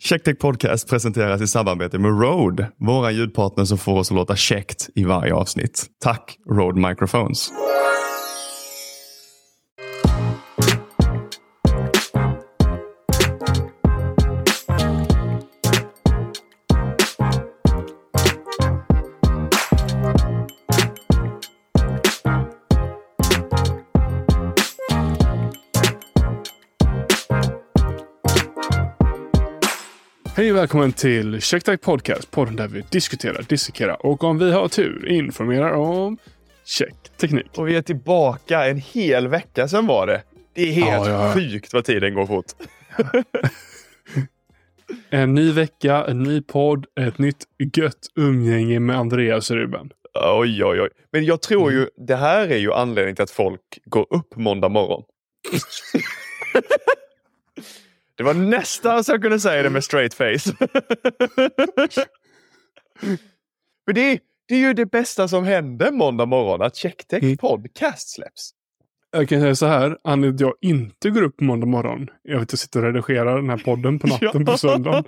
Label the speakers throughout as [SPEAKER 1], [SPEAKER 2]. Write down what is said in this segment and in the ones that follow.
[SPEAKER 1] Checktech Podcast presenteras i samarbete med Rode, våra ljudpartner som får oss att låta käckt i varje avsnitt. Tack Rode Microphones.
[SPEAKER 2] Hej och välkommen till Checktech Podcast, podden där vi diskuterar, dissekerar och om vi har tur informerar om checkteknik.
[SPEAKER 1] Och vi är tillbaka en hel vecka sedan var det. Det är helt sjukt vad tiden går fort.
[SPEAKER 2] En ny vecka, en ny podd, ett nytt gött umgänge med Andreas och Ruben.
[SPEAKER 1] Oj. Men jag tror ju, det här är ju anledningen till att folk går upp måndag morgon. Det var nästan så jag kunde säga det med straight face. Men det är ju det bästa som hände måndag morgon, att Checktech Podcast släpps.
[SPEAKER 2] Jag kan säga så här, anledningen till att jag inte går upp måndag morgon, jag vet att sitta och redigera den här podden på natten på söndagen.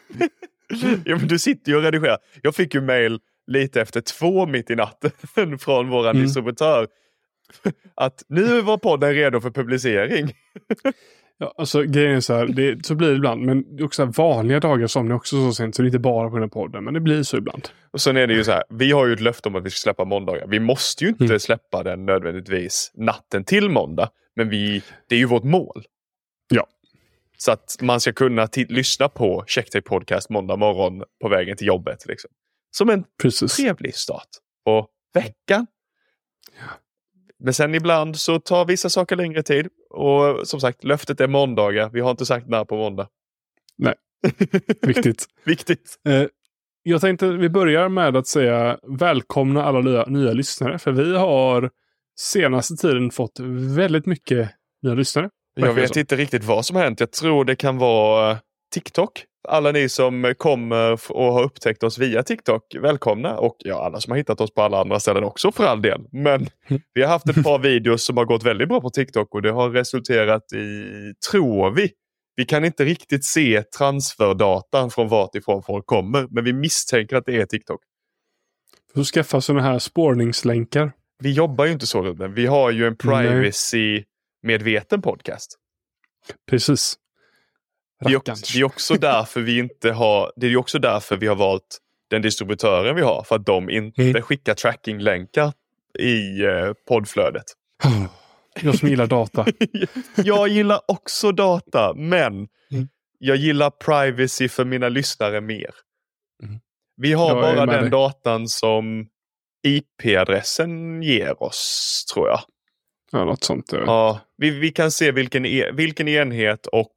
[SPEAKER 1] Ja, men du sitter ju och redigerar. Jag fick ju mail lite efter 2 mitt i natten från våran distributör. Att nu var podden redo för publicering.
[SPEAKER 2] Ja, alltså grejen är så här, så blir det ibland, men också här, vanliga dagar som det också så sent, så det är inte bara på den här podden, men det blir så ibland.
[SPEAKER 1] Och sen är det ju så här, vi har ju ett löfte om att vi ska släppa måndagar. Vi måste ju inte släppa den nödvändigtvis natten till måndag, men det är ju vårt mål.
[SPEAKER 2] Ja.
[SPEAKER 1] Så att man ska kunna lyssna på Checktech Podcast måndag morgon på vägen till jobbet liksom. Som en trevlig start på veckan.
[SPEAKER 2] Ja.
[SPEAKER 1] Men sen ibland så tar vissa saker längre tid. Och som sagt, löftet är måndagar. Vi har inte sagt när på måndag.
[SPEAKER 2] Nej, viktigt.
[SPEAKER 1] Viktigt.
[SPEAKER 2] Jag tänkte vi börjar med att säga välkomna alla nya lyssnare. För vi har senaste tiden fått väldigt mycket nya lyssnare.
[SPEAKER 1] Jag vet inte riktigt vad som har hänt. Jag tror det kan vara TikTok. Alla ni som kommer och har upptäckt oss via TikTok, välkomna. Och ja, alla som har hittat oss på alla andra ställen också för all del. Men vi har haft ett par videos som har gått väldigt bra på TikTok. Och det har resulterat i, tror vi kan inte riktigt se transferdatan från vart ifrån folk kommer. Men vi misstänker att det är TikTok.
[SPEAKER 2] Så skaffa sådana här spårningslänkar.
[SPEAKER 1] Vi jobbar ju inte så, Ruben. Vi har ju en privacy-medveten podcast.
[SPEAKER 2] Precis.
[SPEAKER 1] Det är också därför det är också därför vi har valt den distributören vi har. För att de inte skickar tracking-länkar i poddflödet.
[SPEAKER 2] Jag som gillar data.
[SPEAKER 1] Jag gillar också data, men jag gillar privacy för mina lyssnare mer. Vi har bara den datan som IP-adressen ger oss, tror jag.
[SPEAKER 2] Ja, något sånt.
[SPEAKER 1] Ja, vi kan se vilken enhet och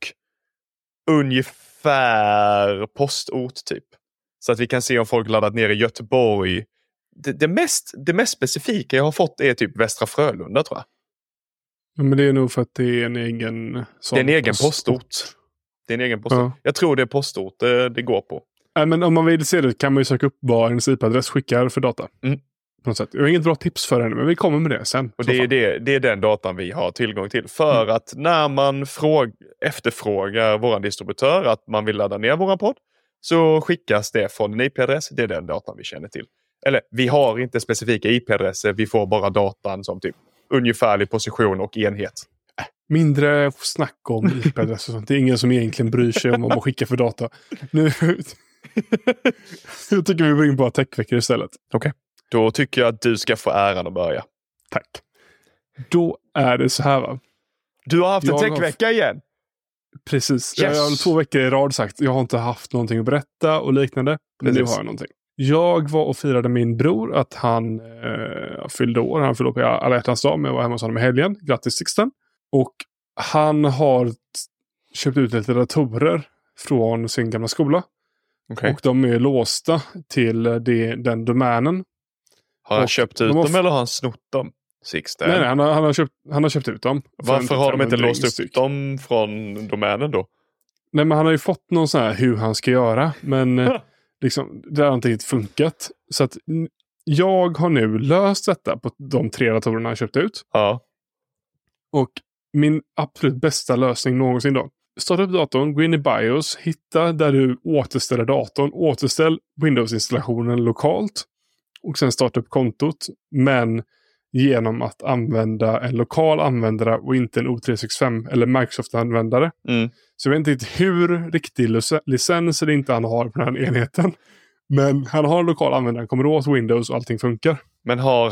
[SPEAKER 1] ungefär postort typ. Så att vi kan se om folk laddat ner i Göteborg. Det mest specifika jag har fått är typ Västra Frölunda, tror jag.
[SPEAKER 2] Ja, men det är nog för att det är en egen
[SPEAKER 1] det är en egen postort. Det är en egen postort. Ja. Jag tror det är postort det går på.
[SPEAKER 2] Nej, men om man vill se det kan man ju söka upp vad ens IP-adress skickar för data. På något sätt. Jag har inget bra tips för henne, men vi kommer med det sen.
[SPEAKER 1] Och det är den datan vi har tillgång till. För att när man efterfrågar våran distributör att man vill ladda ner våran podd, så skickas det från en IP-adress. Det är den datan vi känner till. Eller vi har inte specifika IP-adresser, vi får bara datan som typ ungefärlig position och enhet.
[SPEAKER 2] Mindre snack om IP-adresser och sånt. Det är ingen som egentligen bryr sig om vad man skickar för data. Nu jag tycker vi går in på techveckor istället.
[SPEAKER 1] Okej. Då tycker jag att du ska få äran att börja.
[SPEAKER 2] Tack. Då är det så här, va?
[SPEAKER 1] Du har haft en techvecka igen.
[SPEAKER 2] Precis. Yes. Jag har 2 veckor i rad sagt. Jag har inte haft någonting att berätta och liknande. Men nu har jag någonting. Jag var och firade min bror att han fyllde år. Han fyllde på alla hjärtans dag. Men jag var hemma hos honom i helgen. Grattis Sixten. Och han har köpt ut lite datorer från sin gamla skola.
[SPEAKER 1] Okay.
[SPEAKER 2] Och de är låsta till den domänen.
[SPEAKER 1] Har han köpt ut dem eller har han snott dem? Sixten?
[SPEAKER 2] Nej, han har köpt ut dem.
[SPEAKER 1] Varför har de inte låst upp dem från domänen då?
[SPEAKER 2] Nej, men han har ju fått någon sån här hur han ska göra. Men liksom, det har inte riktigt funkat. Så att jag har nu löst detta på de 3 datorerna han köpt ut.
[SPEAKER 1] Ja.
[SPEAKER 2] Och min absolut bästa lösning någonsin då. starta upp datorn, gå in i BIOS, hitta där du återställer datorn, återställ Windows-installationen lokalt och sen starta upp kontot, men genom att använda en lokal användare och inte en O365 eller Microsoft-användare. Så jag vet inte hur riktig licens eller inte han har på den här enheten. Men han har en lokal användare, kommer åt Windows och allting funkar.
[SPEAKER 1] Men har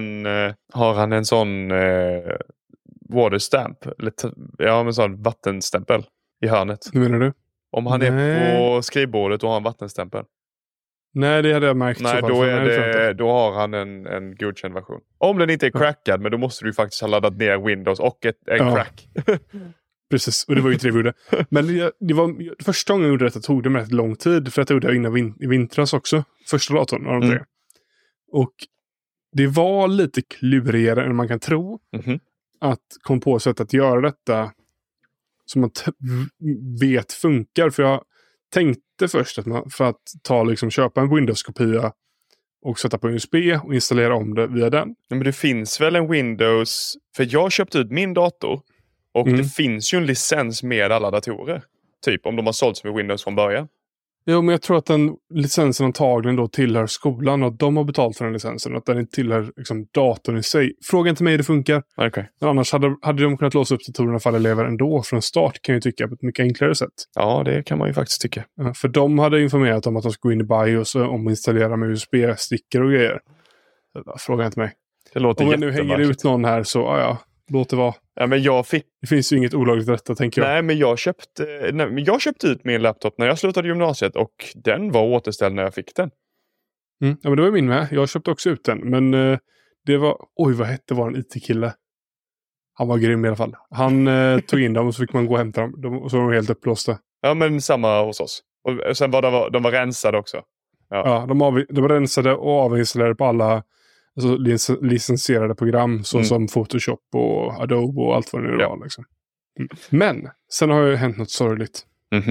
[SPEAKER 1] han en sån water stamp? Ja, en sån vattenstämpel i hörnet.
[SPEAKER 2] Hur menar du?
[SPEAKER 1] Om han är på skrivbordet och har en vattenstämpel.
[SPEAKER 2] Nej, det hade jag märkt.
[SPEAKER 1] Nej, då har han en godkänd version. Om den inte är crackad, men då måste du faktiskt ha laddat ner Windows och en crack.
[SPEAKER 2] Precis, och det var ju det vi gjorde. Men det var första gången jag gjorde detta tog det med rätt lång tid. För att jag gjorde det innan i vintras också. Första datorn av de tre. Och det var lite klurigare än man kan tro. Att komma på sätt att göra detta som man vet funkar. För jag tänkte först att man för att köpa en Windows-kopia och sätta på USB och installera om det via den.
[SPEAKER 1] Men det finns väl en Windows... För jag köpte ut min dator och det finns ju en licens med alla datorer. Typ om de har sålts med Windows från början.
[SPEAKER 2] Jo, men jag tror att den licensen antagligen då tillhör skolan och de har betalt för den licensen och att den inte tillhör datorn i sig. Fråga inte mig hur det funkar.
[SPEAKER 1] Okay.
[SPEAKER 2] Men annars hade de kunnat låsa upp datorerna för alla elever ändå från start, kan jag tycka, på ett mycket enklare sätt.
[SPEAKER 1] Ja, det kan man ju faktiskt tycka.
[SPEAKER 2] Ja, för de hade informerat om att de skulle gå in i BIOS och ominstallera med USB-stickor och grejer. Fråga inte mig.
[SPEAKER 1] Det låter
[SPEAKER 2] om jag nu hänger ut någon här så, låt det vara.
[SPEAKER 1] Ja, men det
[SPEAKER 2] finns ju inget olagligt i detta, tänker jag.
[SPEAKER 1] Nej, men jag köpte ut min laptop när jag slutade gymnasiet och den var återställd när jag fick den.
[SPEAKER 2] Ja, men det var min med. Jag köpte också ut den. Men det var... Oj, vad hette var en IT-kille? Han var grym i alla fall. Han tog in dem och så fick man gå och hämta dem. Och så var de helt uppblåsta.
[SPEAKER 1] Ja, men samma hos oss. Och sen var de var rensade också.
[SPEAKER 2] Ja, de var rensade och avinstallerade på alla licensierade program såsom Photoshop och Adobe och allt vad det nu var. Liksom. Men sen har ju hänt något sorgligt.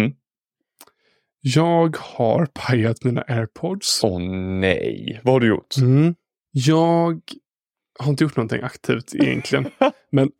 [SPEAKER 2] Jag har pajat mina AirPods.
[SPEAKER 1] Åh nej, vad har du gjort?
[SPEAKER 2] Jag har inte gjort någonting aktivt egentligen. men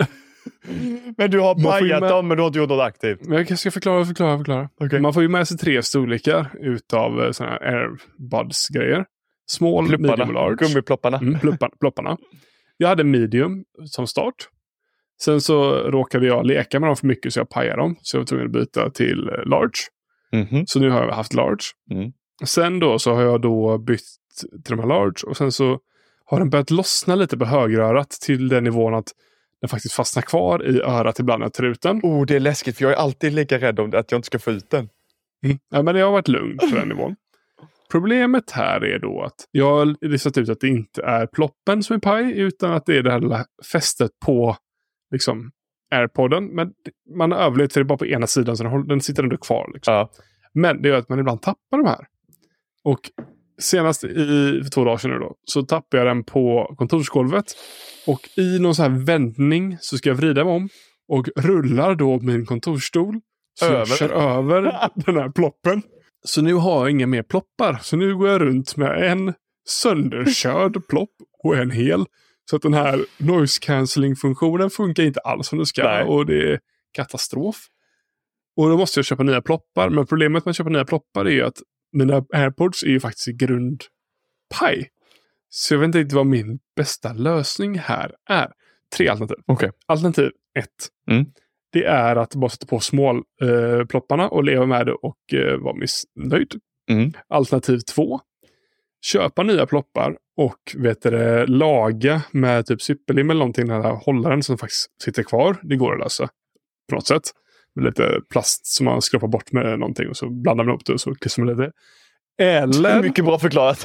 [SPEAKER 1] du har pajat dem, men du har inte gjort något aktivt.
[SPEAKER 2] Men jag ska förklara. Okay. Man får ju med sig 3 storlekar utav såna här AirBuds-grejer. Small, medium, large.
[SPEAKER 1] Gummiplopparna.
[SPEAKER 2] Plopparna. Jag hade medium som start. Sen så råkade jag leka med dem för mycket så jag pajade dem. Så jag var tvungen att byta till large. Så nu har jag haft large. Sen då så har jag då bytt till de här large. Och sen så har den börjat lossna lite på högerörat till den nivån att den faktiskt fastnar kvar i örat ibland när jag tar ut den.
[SPEAKER 1] Det är läskigt för jag är alltid lika rädd om att jag inte ska få ut den.
[SPEAKER 2] Ja, men det har varit lugnt på den nivån. Problemet här är då att jag har listat ut att det inte är ploppen som är paj utan att det är det här fästet på AirPodden. Men man har överlevt för det bara på ena sidan så den sitter ändå kvar.
[SPEAKER 1] Ja.
[SPEAKER 2] Men det gör att man ibland tappar de här. Och senast för 2 dagar sedan nu då, så tappar jag den på kontorsgolvet. Och i någon så här vändning så ska jag vrida mig om och rullar då min kontorsstol. Så jag kör över den här ploppen. Så nu har jag inga mer ploppar. Så nu går jag runt med en sönderkörd plopp och en hel. Så att den här noise cancelling-funktionen funkar inte alls som det ska. Nej. Och det är katastrof. Och då måste jag köpa nya ploppar. Men problemet med att köpa nya ploppar är att mina AirPods är ju faktiskt i grund paj. Så jag vet inte riktigt vad min bästa lösning här är. 3 alternativ.
[SPEAKER 1] Okay.
[SPEAKER 2] Alternativ 1. Det är att bara sätta på plopparna och leva med det och vara missnöjd. Alternativ 2. Köpa nya ploppar och laga med typ superlim eller någonting, den här hållaren som faktiskt sitter kvar. Det går att lösa på något sätt. Med lite plast som man skrapar bort med någonting och så blandar man upp det och så klistrar man lite. Eller...
[SPEAKER 1] Mycket bra förklarat.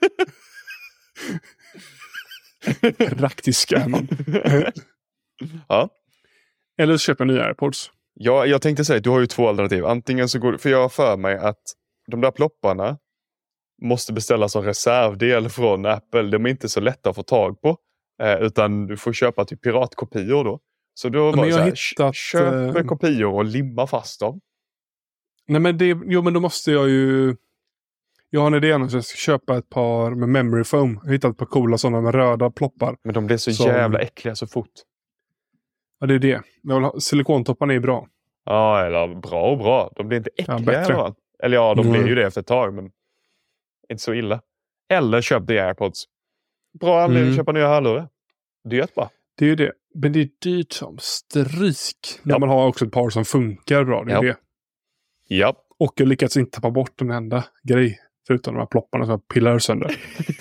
[SPEAKER 2] Praktisk är man.
[SPEAKER 1] Ja.
[SPEAKER 2] Eller så köper jag nya AirPods.
[SPEAKER 1] Ja, jag tänkte säga att du har ju 2 alternativ. Antingen så går för jag har för mig att de där plopparna måste beställas som reservdel från Apple. De är inte så lätta att få tag på. Utan du får köpa typ piratkopior då. Så då var det så här, köp kopior och limma fast dem.
[SPEAKER 2] Nej men men då måste jag ju... Jag har en idé att jag ska köpa ett par med memory foam. Jag har hittat ett par coola sådana med röda ploppar.
[SPEAKER 1] Men de blir så jävla äckliga så fort.
[SPEAKER 2] Ja, det är det. Silikontopparna är bra.
[SPEAKER 1] Ja, eller bra och bra. De blir inte äckliga
[SPEAKER 2] bättre.
[SPEAKER 1] i alla fall. Eller ja, de blir ju det efter ett tag, men inte så illa. Eller köp The AirPods. Bra anledning att köpa nya hörlurar. Dyrt bara.
[SPEAKER 2] Det är ju det. Men det är dyrt som stryk. När man har också ett par som funkar bra. Det är det.
[SPEAKER 1] Ja.
[SPEAKER 2] Och jag lyckats inte tappa bort en enda grej. Förutom de här plopparna som jag pillar sönder.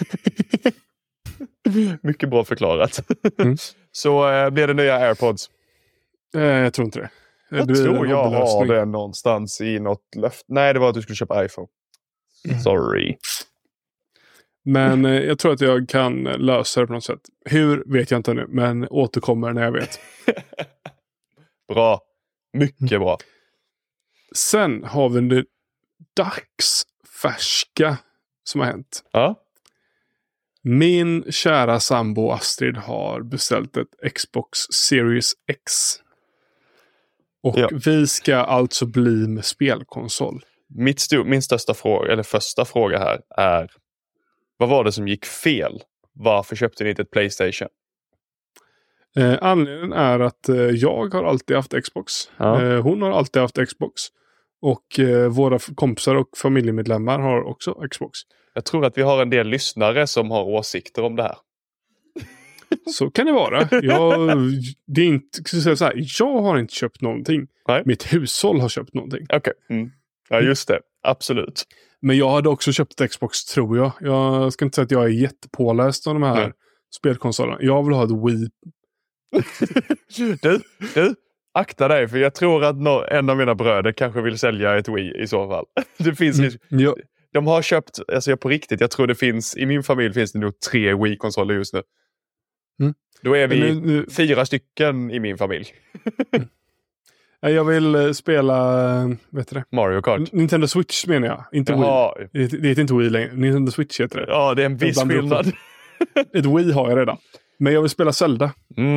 [SPEAKER 1] Mycket bra förklarat. Så blir det nya AirPods?
[SPEAKER 2] Jag tror inte det.
[SPEAKER 1] Jag tror jag har det någonstans i något löft. Nej, det var att du skulle köpa iPhone. Sorry.
[SPEAKER 2] Men jag tror att jag kan lösa det på något sätt. Hur vet jag inte nu, men återkommer när jag vet.
[SPEAKER 1] Bra. Mycket bra.
[SPEAKER 2] Sen har vi det dagsfärska som har hänt.
[SPEAKER 1] Ja.
[SPEAKER 2] Min kära sambo Astrid har beställt ett Xbox Series X. Och vi ska alltså bli med spelkonsol.
[SPEAKER 1] Min största fråga, eller första fråga här är: vad var det som gick fel? Varför köpte ni inte ett PlayStation?
[SPEAKER 2] Anledningen är att jag har alltid haft Xbox.
[SPEAKER 1] Ja.
[SPEAKER 2] Hon har alltid haft Xbox. Och våra kompisar och familjemedlemmar har också Xbox.
[SPEAKER 1] Jag tror att vi har en del lyssnare som har åsikter om det här.
[SPEAKER 2] Så kan det vara. Det är inte, så här, jag har inte köpt någonting.
[SPEAKER 1] Nej.
[SPEAKER 2] Mitt hushåll har köpt någonting.
[SPEAKER 1] Okej. Ja, just det. Absolut.
[SPEAKER 2] Men jag hade också köpt ett Xbox, tror jag. Jag ska inte säga att jag är jättepåläst av de här spelkonsolerna. Jag vill ha ett Wii.
[SPEAKER 1] Du, akta dig. För jag tror att en av mina bröder kanske vill sälja ett Wii i så fall. Det finns... De har köpt, alltså på riktigt, jag tror det finns, i min familj finns det nog 3 Wii-konsoler just nu. Då är vi 4 stycken i min familj.
[SPEAKER 2] Jag vill spela, vet du det?
[SPEAKER 1] Mario Kart.
[SPEAKER 2] Nintendo Switch menar jag, inte Wii. Det heter inte Wii längre, Nintendo Switch heter det.
[SPEAKER 1] Ja, det är en viss skillnad.
[SPEAKER 2] Ett Wii har jag redan. Men jag vill spela Zelda.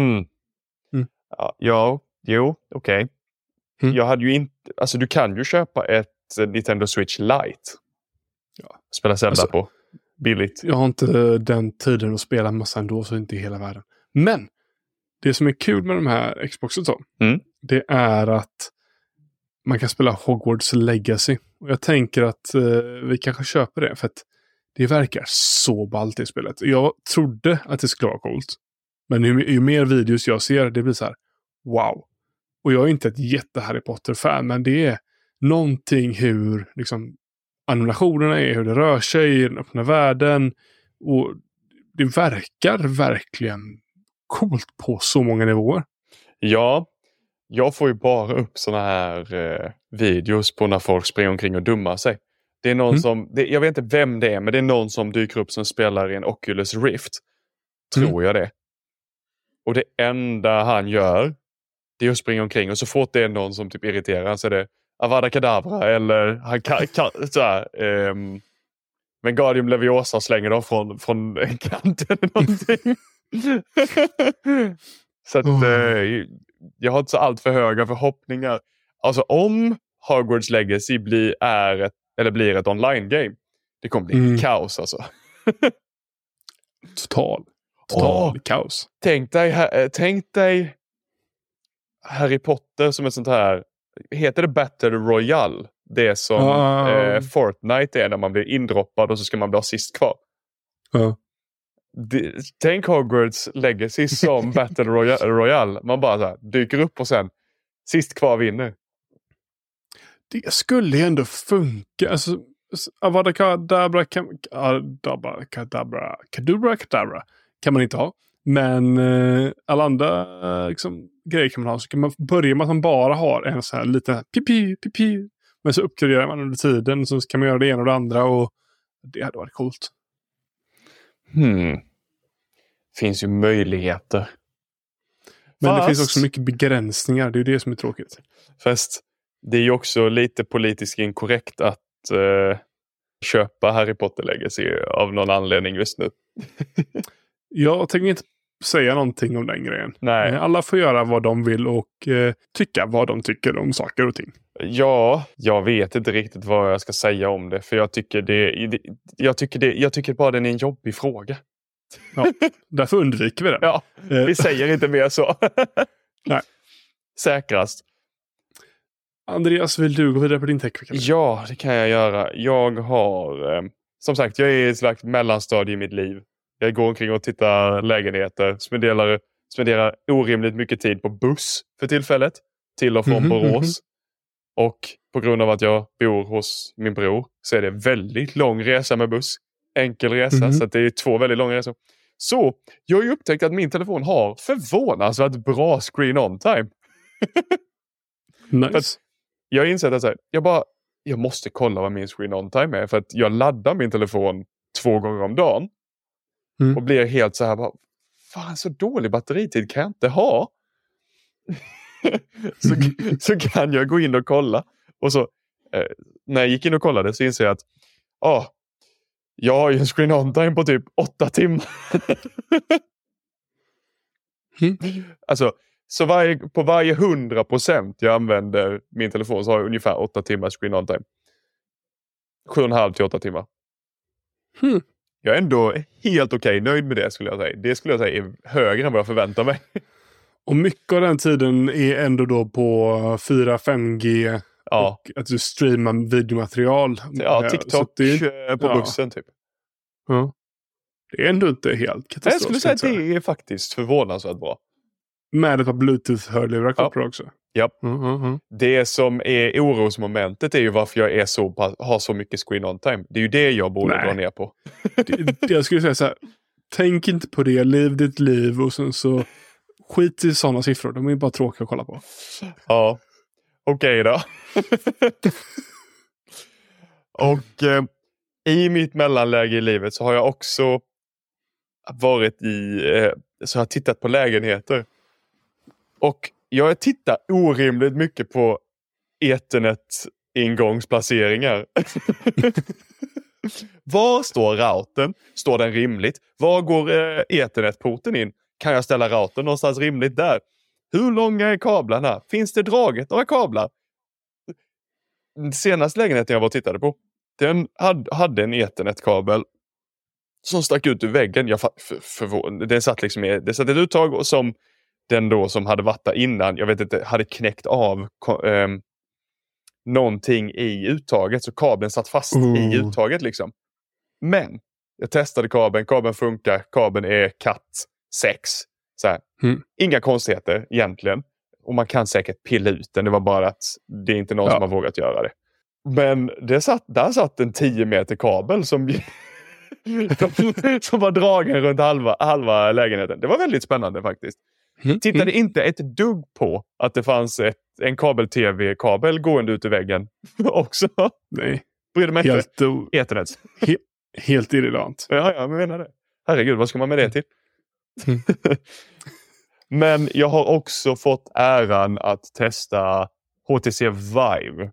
[SPEAKER 1] Okej. Jag hade ju inte, alltså du kan ju köpa ett Nintendo Switch Lite. Spela Zelda på. Billigt.
[SPEAKER 2] Jag har inte den tiden att spela massa ändå, så inte i hela världen. Men det som är kul med de här Xboxen då, det är att man kan spela Hogwarts Legacy. Och jag tänker att vi kanske köper det, för att det verkar så ballt i spelet. Jag trodde att det skulle vara coolt. Men ju mer videos jag ser, det blir så här, wow. Och jag är inte ett jätte-Harry Potter-fan, men det är någonting hur liksom animationerna är, hur det rör sig i den öppna världen. Och det verkar verkligen coolt på så många nivåer.
[SPEAKER 1] Ja, jag får ju bara upp såna här videos på när folk springer omkring och dummar sig. Det är någon som, jag vet inte vem det är, men det är någon som dyker upp som spelar i en Oculus Rift. Tror jag det. Och det enda han gör, det är att springa omkring. Och så fort det är någon som typ irriterar så är det Avada Kedavra eller han kan såhär, Wingardium Leviosa slänger dem från kanten eller någonting. Så att jag har inte så allt för höga förhoppningar. Alltså om Hogwarts Legacy blir ett online-game, det kommer bli kaos alltså.
[SPEAKER 2] Total kaos.
[SPEAKER 1] Tänk dig Harry Potter som ett sånt här, heter det Battle Royale? Det som Fortnite är när man blir indroppad och så ska man bli sist kvar. Tänk Hogwarts Legacy som Battle Royale. Man bara så här, dyker upp och sen sist kvar vinner.
[SPEAKER 2] Det skulle ändå funka. Alltså, Avada Kedavra Kedavra kan man inte ha. Men alla andra grejer kan man ha. Så kan man börja med att man bara har en så här liten pipi. Men så uppgraderar man under tiden. Så kan man göra det ena och det andra. Och det hade varit coolt.
[SPEAKER 1] Finns ju möjligheter.
[SPEAKER 2] Men det finns också mycket begränsningar. Det är ju det som är tråkigt.
[SPEAKER 1] Fast det är ju också lite politiskt inkorrekt att köpa Harry Potter Legacy av någon anledning just nu.
[SPEAKER 2] Jag tänker inte säga någonting om den grejen.
[SPEAKER 1] Nej.
[SPEAKER 2] Alla får göra vad de vill och tycka vad de tycker om saker och ting.
[SPEAKER 1] Ja, jag vet inte riktigt vad jag ska säga om det. För jag tycker bara den är en jobbig fråga.
[SPEAKER 2] Ja, därför undviker vi det.
[SPEAKER 1] Ja, vi säger inte mer så.
[SPEAKER 2] Nej.
[SPEAKER 1] Säkrast.
[SPEAKER 2] Andreas, vill du gå vidare på din tech-vecka?
[SPEAKER 1] Ja, det kan jag göra. Jag har, som sagt, jag är i ett slags mellanstadie i mitt liv. Jag går omkring och tittar lägenheter. Spenderar orimligt mycket tid på buss för tillfället. Till och från Borås. Och på grund av att jag bor hos min bror så är det väldigt lång resa med buss. Enkel resa, så att det är 2 väldigt långa resor. Så jag har ju upptäckt att min telefon har förvånansvärt bra screen on time.
[SPEAKER 2] Nice.
[SPEAKER 1] Jag har insett att jag måste kolla vad min screen on time är. För att jag laddar min telefon 2 gånger om dagen. Och blir helt så här bara, fan, så dålig batteritid kan jag inte ha. så kan jag gå in och kolla. Och så när jag gick in och kollade så inser jag att jag har ju en screen on time på typ 8 timmar. Alltså, så på varje 100% jag använder min telefon så har jag ungefär 8 timmar screen on time. 7,5 till 8 timmar. Jag är ändå helt okej nöjd med det, skulle jag säga. Det skulle jag säga är högre än vad jag förväntar mig.
[SPEAKER 2] Och mycket av den tiden är ändå då på 4-5G. Ja. Och att du streamar videomaterial.
[SPEAKER 1] Ja, TikTok på bussen typ.
[SPEAKER 2] Ja. Det är ändå inte helt katastrof.
[SPEAKER 1] Jag skulle säga att det är faktiskt förvånansvärt bra.
[SPEAKER 2] Med ett par Bluetooth-hörlurar kopplar också.
[SPEAKER 1] Ja. Det som är orosmomentet är ju varför jag har så mycket screen on time. Det är ju det jag borde dra ner på.
[SPEAKER 2] Jag skulle säga så här, tänk inte på det, liv ditt liv och sen så skit i sådana siffror. De är bara tråkiga att kolla på.
[SPEAKER 1] Ja, okej då. Och i mitt mellanläge i livet så har jag också varit så har jag tittat på lägenheter. Och jag tittar orimligt mycket på Ethernet-ingångsplaceringar. Var står routern? Står den rimligt? Var går Ethernet-porten in? Kan jag ställa routern någonstans rimligt där? Hur långa är kablarna? Finns det draget några kablar? Den senaste lägenheten jag var och tittade på, den hade en Ethernet-kabel som stack ut ur väggen. Det satt ett uttag och som den då som hade varit där innan, jag vet inte, hade knäckt av någonting i uttaget, så kabeln satt fast i uttaget liksom. Men jag testade kabeln funkar, kabeln är Cat 6. Så här. Inga konstigheter egentligen. Och man kan säkert pilla ut den, det var bara att det är inte någon som har vågat göra det. Men där satt en 10 meter kabel som var dragen runt halva lägenheten. Det var väldigt spännande faktiskt. Tittade inte ett dugg på att det fanns en kabel-tv-kabel gående ut ur väggen också.
[SPEAKER 2] Nej.
[SPEAKER 1] Brydde mig inte. Ethernet.
[SPEAKER 2] Helt irrelevant.
[SPEAKER 1] Ja, jag menar det. Herregud, vad ska man med det till? Men jag har också fått äran att testa HTC Vive.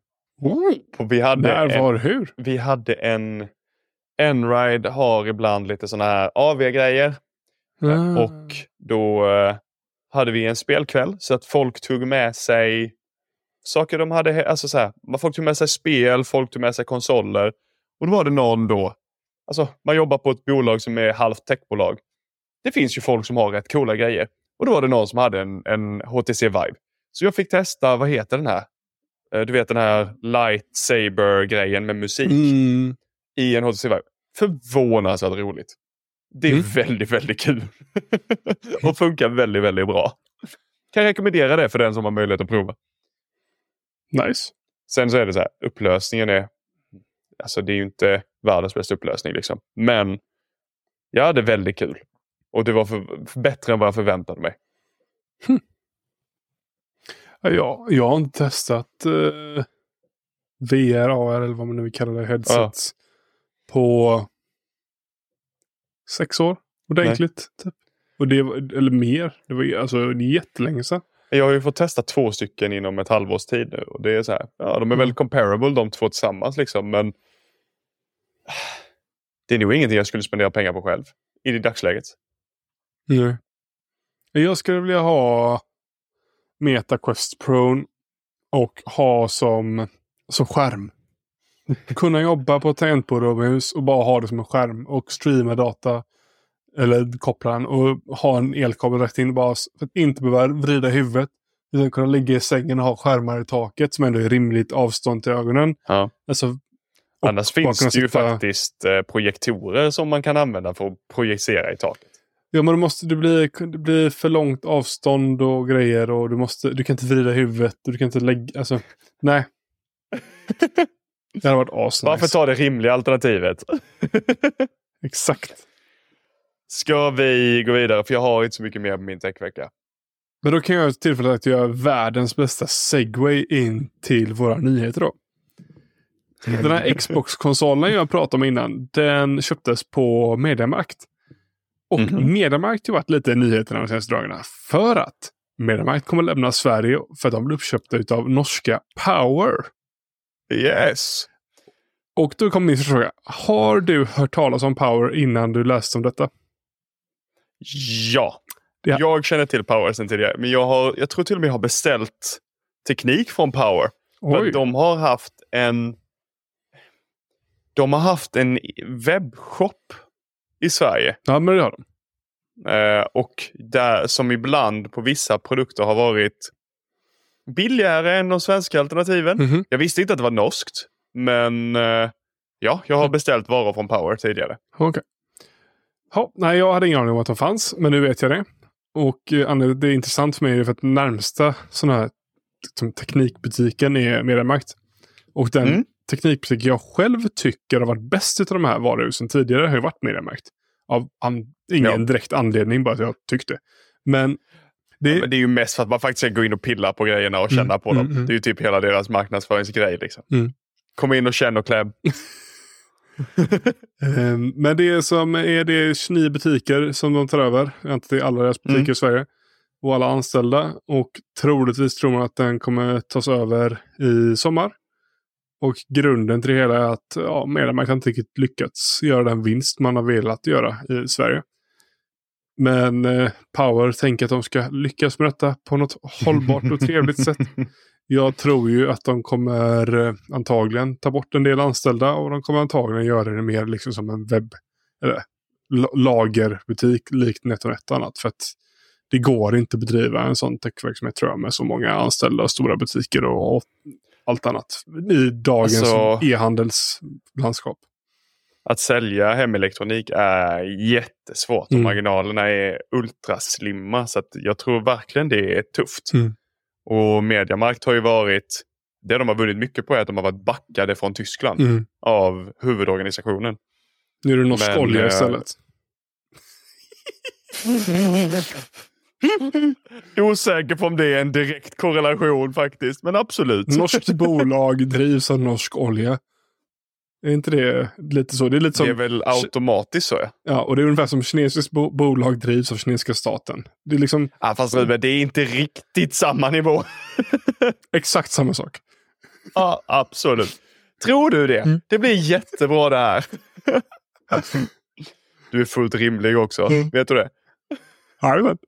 [SPEAKER 2] Hur?
[SPEAKER 1] Vi hade N-Ride har ibland lite såna här AV-grejer. Och då hade vi en spelkväll så att folk tog med sig saker de hade, alltså så här, folk tog med sig spel, folk tog med sig konsoler. Och då var det någon då, alltså man jobbar på ett bolag som är halvt techbolag. Det finns ju folk som har rätt coola grejer. Och då var det någon som hade en HTC Vive. Så jag fick testa, vad heter den här? Du vet den här lightsaber-grejen med musik i en HTC Vive. Förvånansvärt roligt. Det är väldigt, väldigt kul. Och funkar väldigt, väldigt bra. Kan jag rekommendera det för den som har möjlighet att prova.
[SPEAKER 2] Nice.
[SPEAKER 1] Sen så är det så här, upplösningen är, alltså det är ju inte världens bästa upplösning liksom. Men jag hade väldigt kul. Och det var bättre än vad jag förväntade mig.
[SPEAKER 2] Ja, jag har inte testat VR, AR eller vad man nu vill kalla det, headsets på 6 år. Ordentligt. Typ. Och det var, eller mer. Det var alltså det är jättelänge sedan.
[SPEAKER 1] Jag har ju fått testa 2 stycken inom ett halvårs tid nu. Och det är så här, ja, de är väl comparable de 2 tillsammans liksom. Men det är nog ingenting jag skulle spendera pengar på själv. I det dagsläget.
[SPEAKER 2] Nej. Jag skulle vilja ha MetaQuest Pro och ha som skärm. Kunna jobba på ett tangentbord och mus och bara ha det som en skärm och streama data eller koppla den och ha en elkabel rätt in bara för att inte behöva vrida huvudet Utan kunna ligga i sängen och ha skärmar i taket som ändå är rimligt avstånd till ögonen.
[SPEAKER 1] Ja.
[SPEAKER 2] Alltså,
[SPEAKER 1] annars finns det ju faktiskt projektorer som man kan använda för att projicera i taket.
[SPEAKER 2] Ja, men det blir för långt avstånd och grejer och du kan inte vrida huvudet och du kan inte lägga, alltså, nej. Det hade varit asnice.
[SPEAKER 1] Varför ta det rimliga alternativet?
[SPEAKER 2] Exakt.
[SPEAKER 1] Ska vi gå vidare? För jag har inte så mycket mer på min techvecka.
[SPEAKER 2] Men då kan jag tillfället att göra världens bästa segway in till våra nyheter då. Den här Xbox-konsolen jag pratade om innan, den köptes på Mediamarkt. Och Mediamarkt har varit lite i nyheterna de senaste dagarna. För att Mediamarkt kommer lämna Sverige för att de blir uppköpta av norska Power.
[SPEAKER 1] Yes.
[SPEAKER 2] Och då kommer min första fråga. Har du hört talas om Power innan du läste om detta?
[SPEAKER 1] Ja. Jag känner till Power sedan tidigare. Men jag tror till och med jag har beställt teknik från Power. För de har haft en webbshop i Sverige.
[SPEAKER 2] Ja, men det har de.
[SPEAKER 1] Och där som ibland på vissa produkter har varit billigare än de svenska alternativen. Mm-hmm. Jag visste inte att det var norskt. Men jag har beställt varor från Power tidigare.
[SPEAKER 2] Okej. Nej, jag hade ingen aning om att de fanns. Men nu vet jag det. Och det är intressant för mig för att närmsta sån här teknikbutiken är Mediamarkt. Och den teknikbutik jag själv tycker har varit bäst av de här varuhusen tidigare har ju varit Mediamarkt. Av ingen direkt anledning, bara att jag tyckte. Men det Men det som är det 29 butiker som de tar över. Inte till alla deras butiker i Sverige. Och alla anställda. Och troligtvis tror man att den kommer tas över i sommar. Och grunden till det hela är att Mediamarkt inte riktigt lyckats göra den vinst man har velat göra i Sverige. Men Power tänker att de ska lyckas med detta på något hållbart och trevligt sätt. Jag tror ju att de kommer antagligen ta bort en del anställda och de kommer antagligen göra det mer liksom som en lagerbutik likt NetOnNet och annat. För att det går inte att bedriva en sån techverksamhet tror jag med så många anställda och stora butiker och allt annat i dagens e-handelslandskap.
[SPEAKER 1] Att sälja hemelektronik är jättesvårt och marginalerna är ultraslimma så att jag tror verkligen det är tufft. Och Mediamarkt har ju varit, det de har vunnit mycket på är att de har varit backade från Tyskland av huvudorganisationen.
[SPEAKER 2] Nu är det norsk olja istället.
[SPEAKER 1] Osäker på om det är en direkt korrelation faktiskt, men absolut.
[SPEAKER 2] Norskt bolag drivs av norsk olja. Är inte det lite så? Det är, lite som,
[SPEAKER 1] det är väl automatiskt så, ja.
[SPEAKER 2] Ja, och det är ungefär som kinesiskt bolag drivs av kinesiska staten. Det är liksom...
[SPEAKER 1] Ja, fast det är inte riktigt samma nivå.
[SPEAKER 2] Exakt samma sak.
[SPEAKER 1] Ja, absolut. Tror du det? Det blir jättebra det här. Du är fullt rimlig också. Vet du det?
[SPEAKER 2] Jajamän.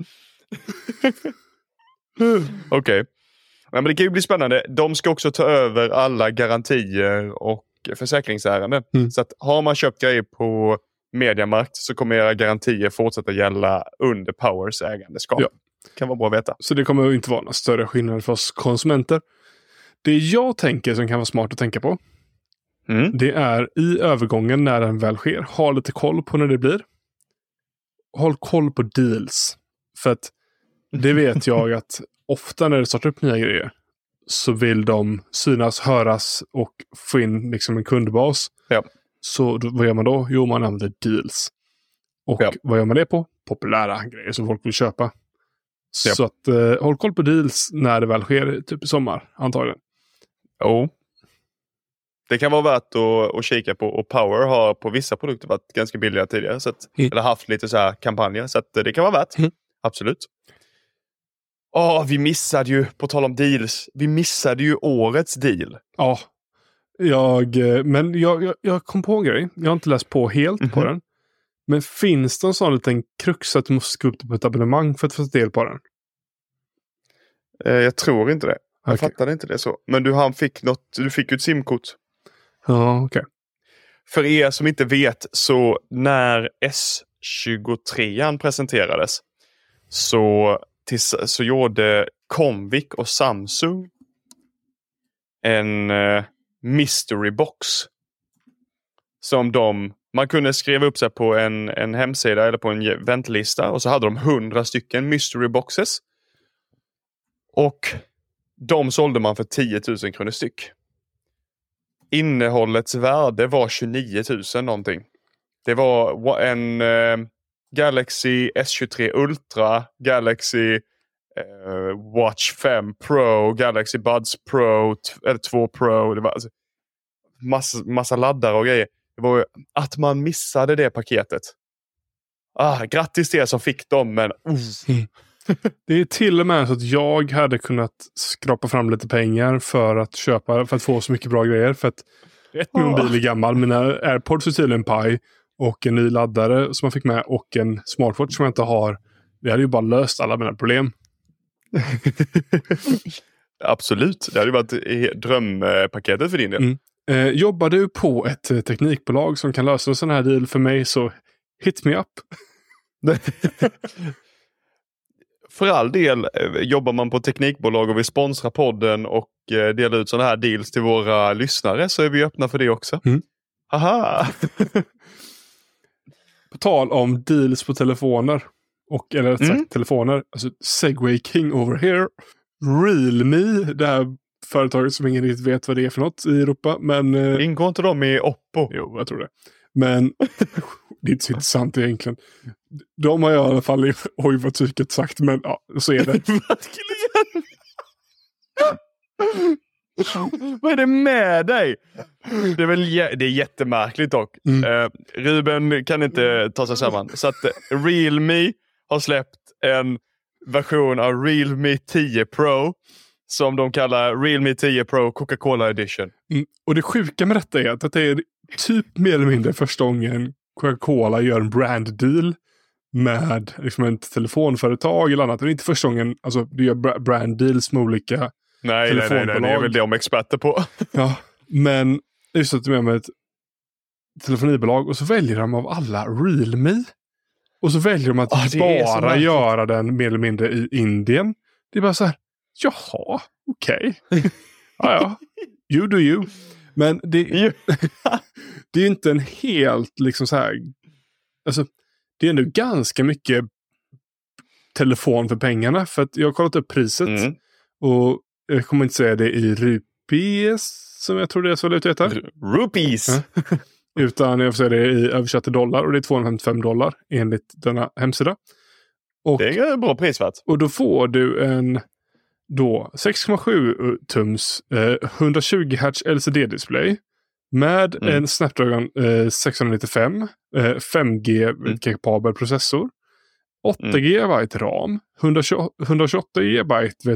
[SPEAKER 1] Okej. Men det kan ju bli spännande. De ska också ta över alla garantier och försäkringsärenden. Så att har man köpt grejer på Mediamarkt så kommer era garantier fortsätta gälla under Powers ägandeskap. Ja. Kan vara bra att veta.
[SPEAKER 2] Så det kommer inte vara några större skillnader för oss konsumenter. Det jag tänker som kan vara smart att tänka på det är i övergången när den väl sker. Ha lite koll på när det blir. Håll koll på deals. För att det vet jag att ofta när det startar upp nya grejer så vill de synas, höras och få in liksom en kundbas.
[SPEAKER 1] Ja.
[SPEAKER 2] Så vad gör man då? Jo, man använder deals. Och vad gör man det på? Populära grejer som folk vill köpa. Ja. Så att håll koll på deals när det väl sker typ i sommar, antagligen.
[SPEAKER 1] Jo. Det kan vara värt att kika på. Och Power har på vissa produkter varit ganska billiga tidigare. Så att, eller haft lite så här kampanjer. Så att det kan vara värt. Absolut. Vi missade ju, på tal om deals, vi missade ju årets deal.
[SPEAKER 2] Ja, jag kom på en grej. Jag har inte läst på helt på den. Men finns det en sån liten krux att du måste skriva upp på ett abonnemang för att få del på den?
[SPEAKER 1] Jag tror inte det. Jag fattade inte det så. Men du fick ju ett simkort.
[SPEAKER 2] Ja, okej.
[SPEAKER 1] För er som inte vet så när S23 presenterades så gjorde Comviq och Samsung en mystery box som man kunde skriva upp sig på en hemsida eller på en väntlista, och så hade de 100 stycken mystery boxes, och de sålde man för 10 000 kronor styck. Innehållets värde var 29 000 någonting. Det var en Galaxy S23 Ultra, Galaxy Watch 5 Pro, Galaxy Buds Pro eller 2 Pro. Det var alltså massa laddare och grejer. Det var ju att man missade det paketet. Grattis till er som fick dem, men
[SPEAKER 2] Det är till och med så att jag hade kunnat skrapa fram lite pengar för att få så mycket bra grejer. För att min mobil är gammal, mina AirPods är tydligen paj, och en ny laddare som man fick med och en smartwatch som jag inte har. Det hade ju bara löst alla mina problem.
[SPEAKER 1] Absolut, det hade ju varit drömpaketet för din del.
[SPEAKER 2] Jobbar du på ett teknikbolag som kan lösa en sån här deal för mig, så hit me up.
[SPEAKER 1] För all del, jobbar man på teknikbolag och vill sponsra podden och dela ut sådana här deals till våra lyssnare, så är vi öppna för det också. Haha!
[SPEAKER 2] På tal om deals på telefoner, eller rätt sagt telefoner, alltså Segway King over here. Realme, det här företaget som ingen riktigt vet vad det är för något i Europa, men
[SPEAKER 1] ingår inte de i Oppo?
[SPEAKER 2] Jo, jag tror det. Men det är inte så intressant egentligen. De har jag i alla fall vad tyket sagt, men ja, så är det.
[SPEAKER 1] Vad är det med dig? Det är jättemärkligt dock. Ruben kan inte ta sig samman. Så att Realme har släppt en version av Realme 10 Pro som de kallar Realme 10 Pro Coca-Cola Edition.
[SPEAKER 2] Och det sjuka med detta är att det är typ mer eller mindre första gången Coca-Cola gör en brand deal med liksom ett telefonföretag eller annat. Det är inte första gången du gör brand deals med olika telefonbolag. Nej, det är väl det de experter på. Ja, men just att du är med ett telefonibolag och så väljer de av alla Realme. Och så väljer de att bara göra den mer eller mindre i Indien. Det är bara så här, jaha, okej. Ja, you do you. Men det är inte en helt liksom så här, alltså det är ändå ganska mycket telefon för pengarna, för att jag har kollat upp priset och jag kommer inte säga det i rupees som jag tror det är så lätt att heta.
[SPEAKER 1] Rupees!
[SPEAKER 2] Utan jag får säga det i översatt till dollar, och det är $255 enligt denna hemsida. Och,
[SPEAKER 1] det är bra prisvärt.
[SPEAKER 2] Och då får du en 6,7 tums 120 Hz LCD-display med en Snapdragon 695 5G-kapabel processor, 8 GB RAM, 128 GB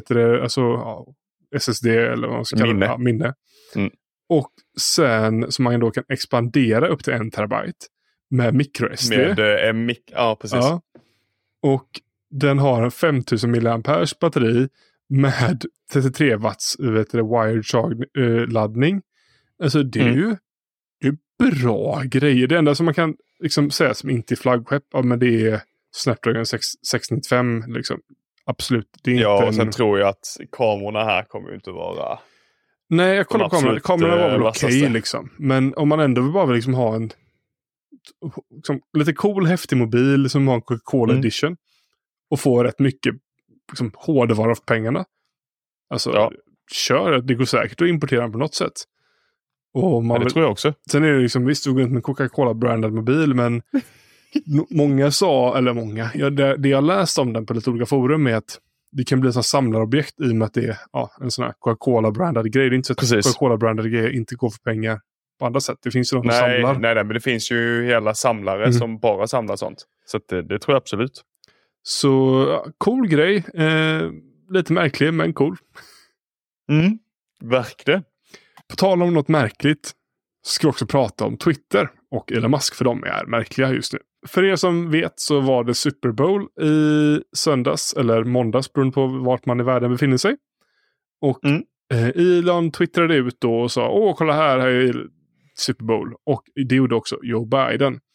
[SPEAKER 2] SSD eller vad man ska kalla det, minne. Och sen som man då kan expandera upp till 1 terabyte med microSD.
[SPEAKER 1] Ja, precis.
[SPEAKER 2] Ja. Och den har en 5000 mAh batteri med 33 watts wired charge-laddning. Alltså det är ju bra grejer. Det enda som man kan liksom säga som inte är flaggskepp, men det är Snapdragon 695 liksom. Absolut. Det är inte
[SPEAKER 1] och sen tror jag att kamerorna här kommer ju inte vara...
[SPEAKER 2] Nej, jag kollar på kamerorna var väl okej liksom. Men om man ändå bara vill liksom ha en liksom, lite cool, häftig mobil som har en Coca-Cola edition och få rätt mycket liksom, hårdvara för pengarna. Alltså, kör. Det går säkert att importera den på något sätt. Och
[SPEAKER 1] det tror jag också.
[SPEAKER 2] Sen är det liksom, visst, du går inte med Coca-Cola-brandad mobil, men många sa, eller många, det jag läst om den på lite olika forum är att det kan bli ett samlarobjekt i och med att det är en sån här Coca-Cola-brandad grej. Det är inte så att Coca-Cola-brandade grejer inte går för pengar på andra sätt. Det finns ju någon som samlar.
[SPEAKER 1] Nej, men det finns ju hela samlare som bara samlar sånt. Så att det tror jag absolut.
[SPEAKER 2] Så cool grej. Lite märklig, men cool.
[SPEAKER 1] Verkligen.
[SPEAKER 2] På tal om något märkligt ska vi också prata om Twitter och Elon Musk, för de är märkliga just nu. För er som vet så var det Super Bowl i söndags eller måndags beroende på vart man i världen befinner sig. Och Elon twittrade ut då och sa, kolla här är Super Bowl. Och det gjorde också Joe Biden.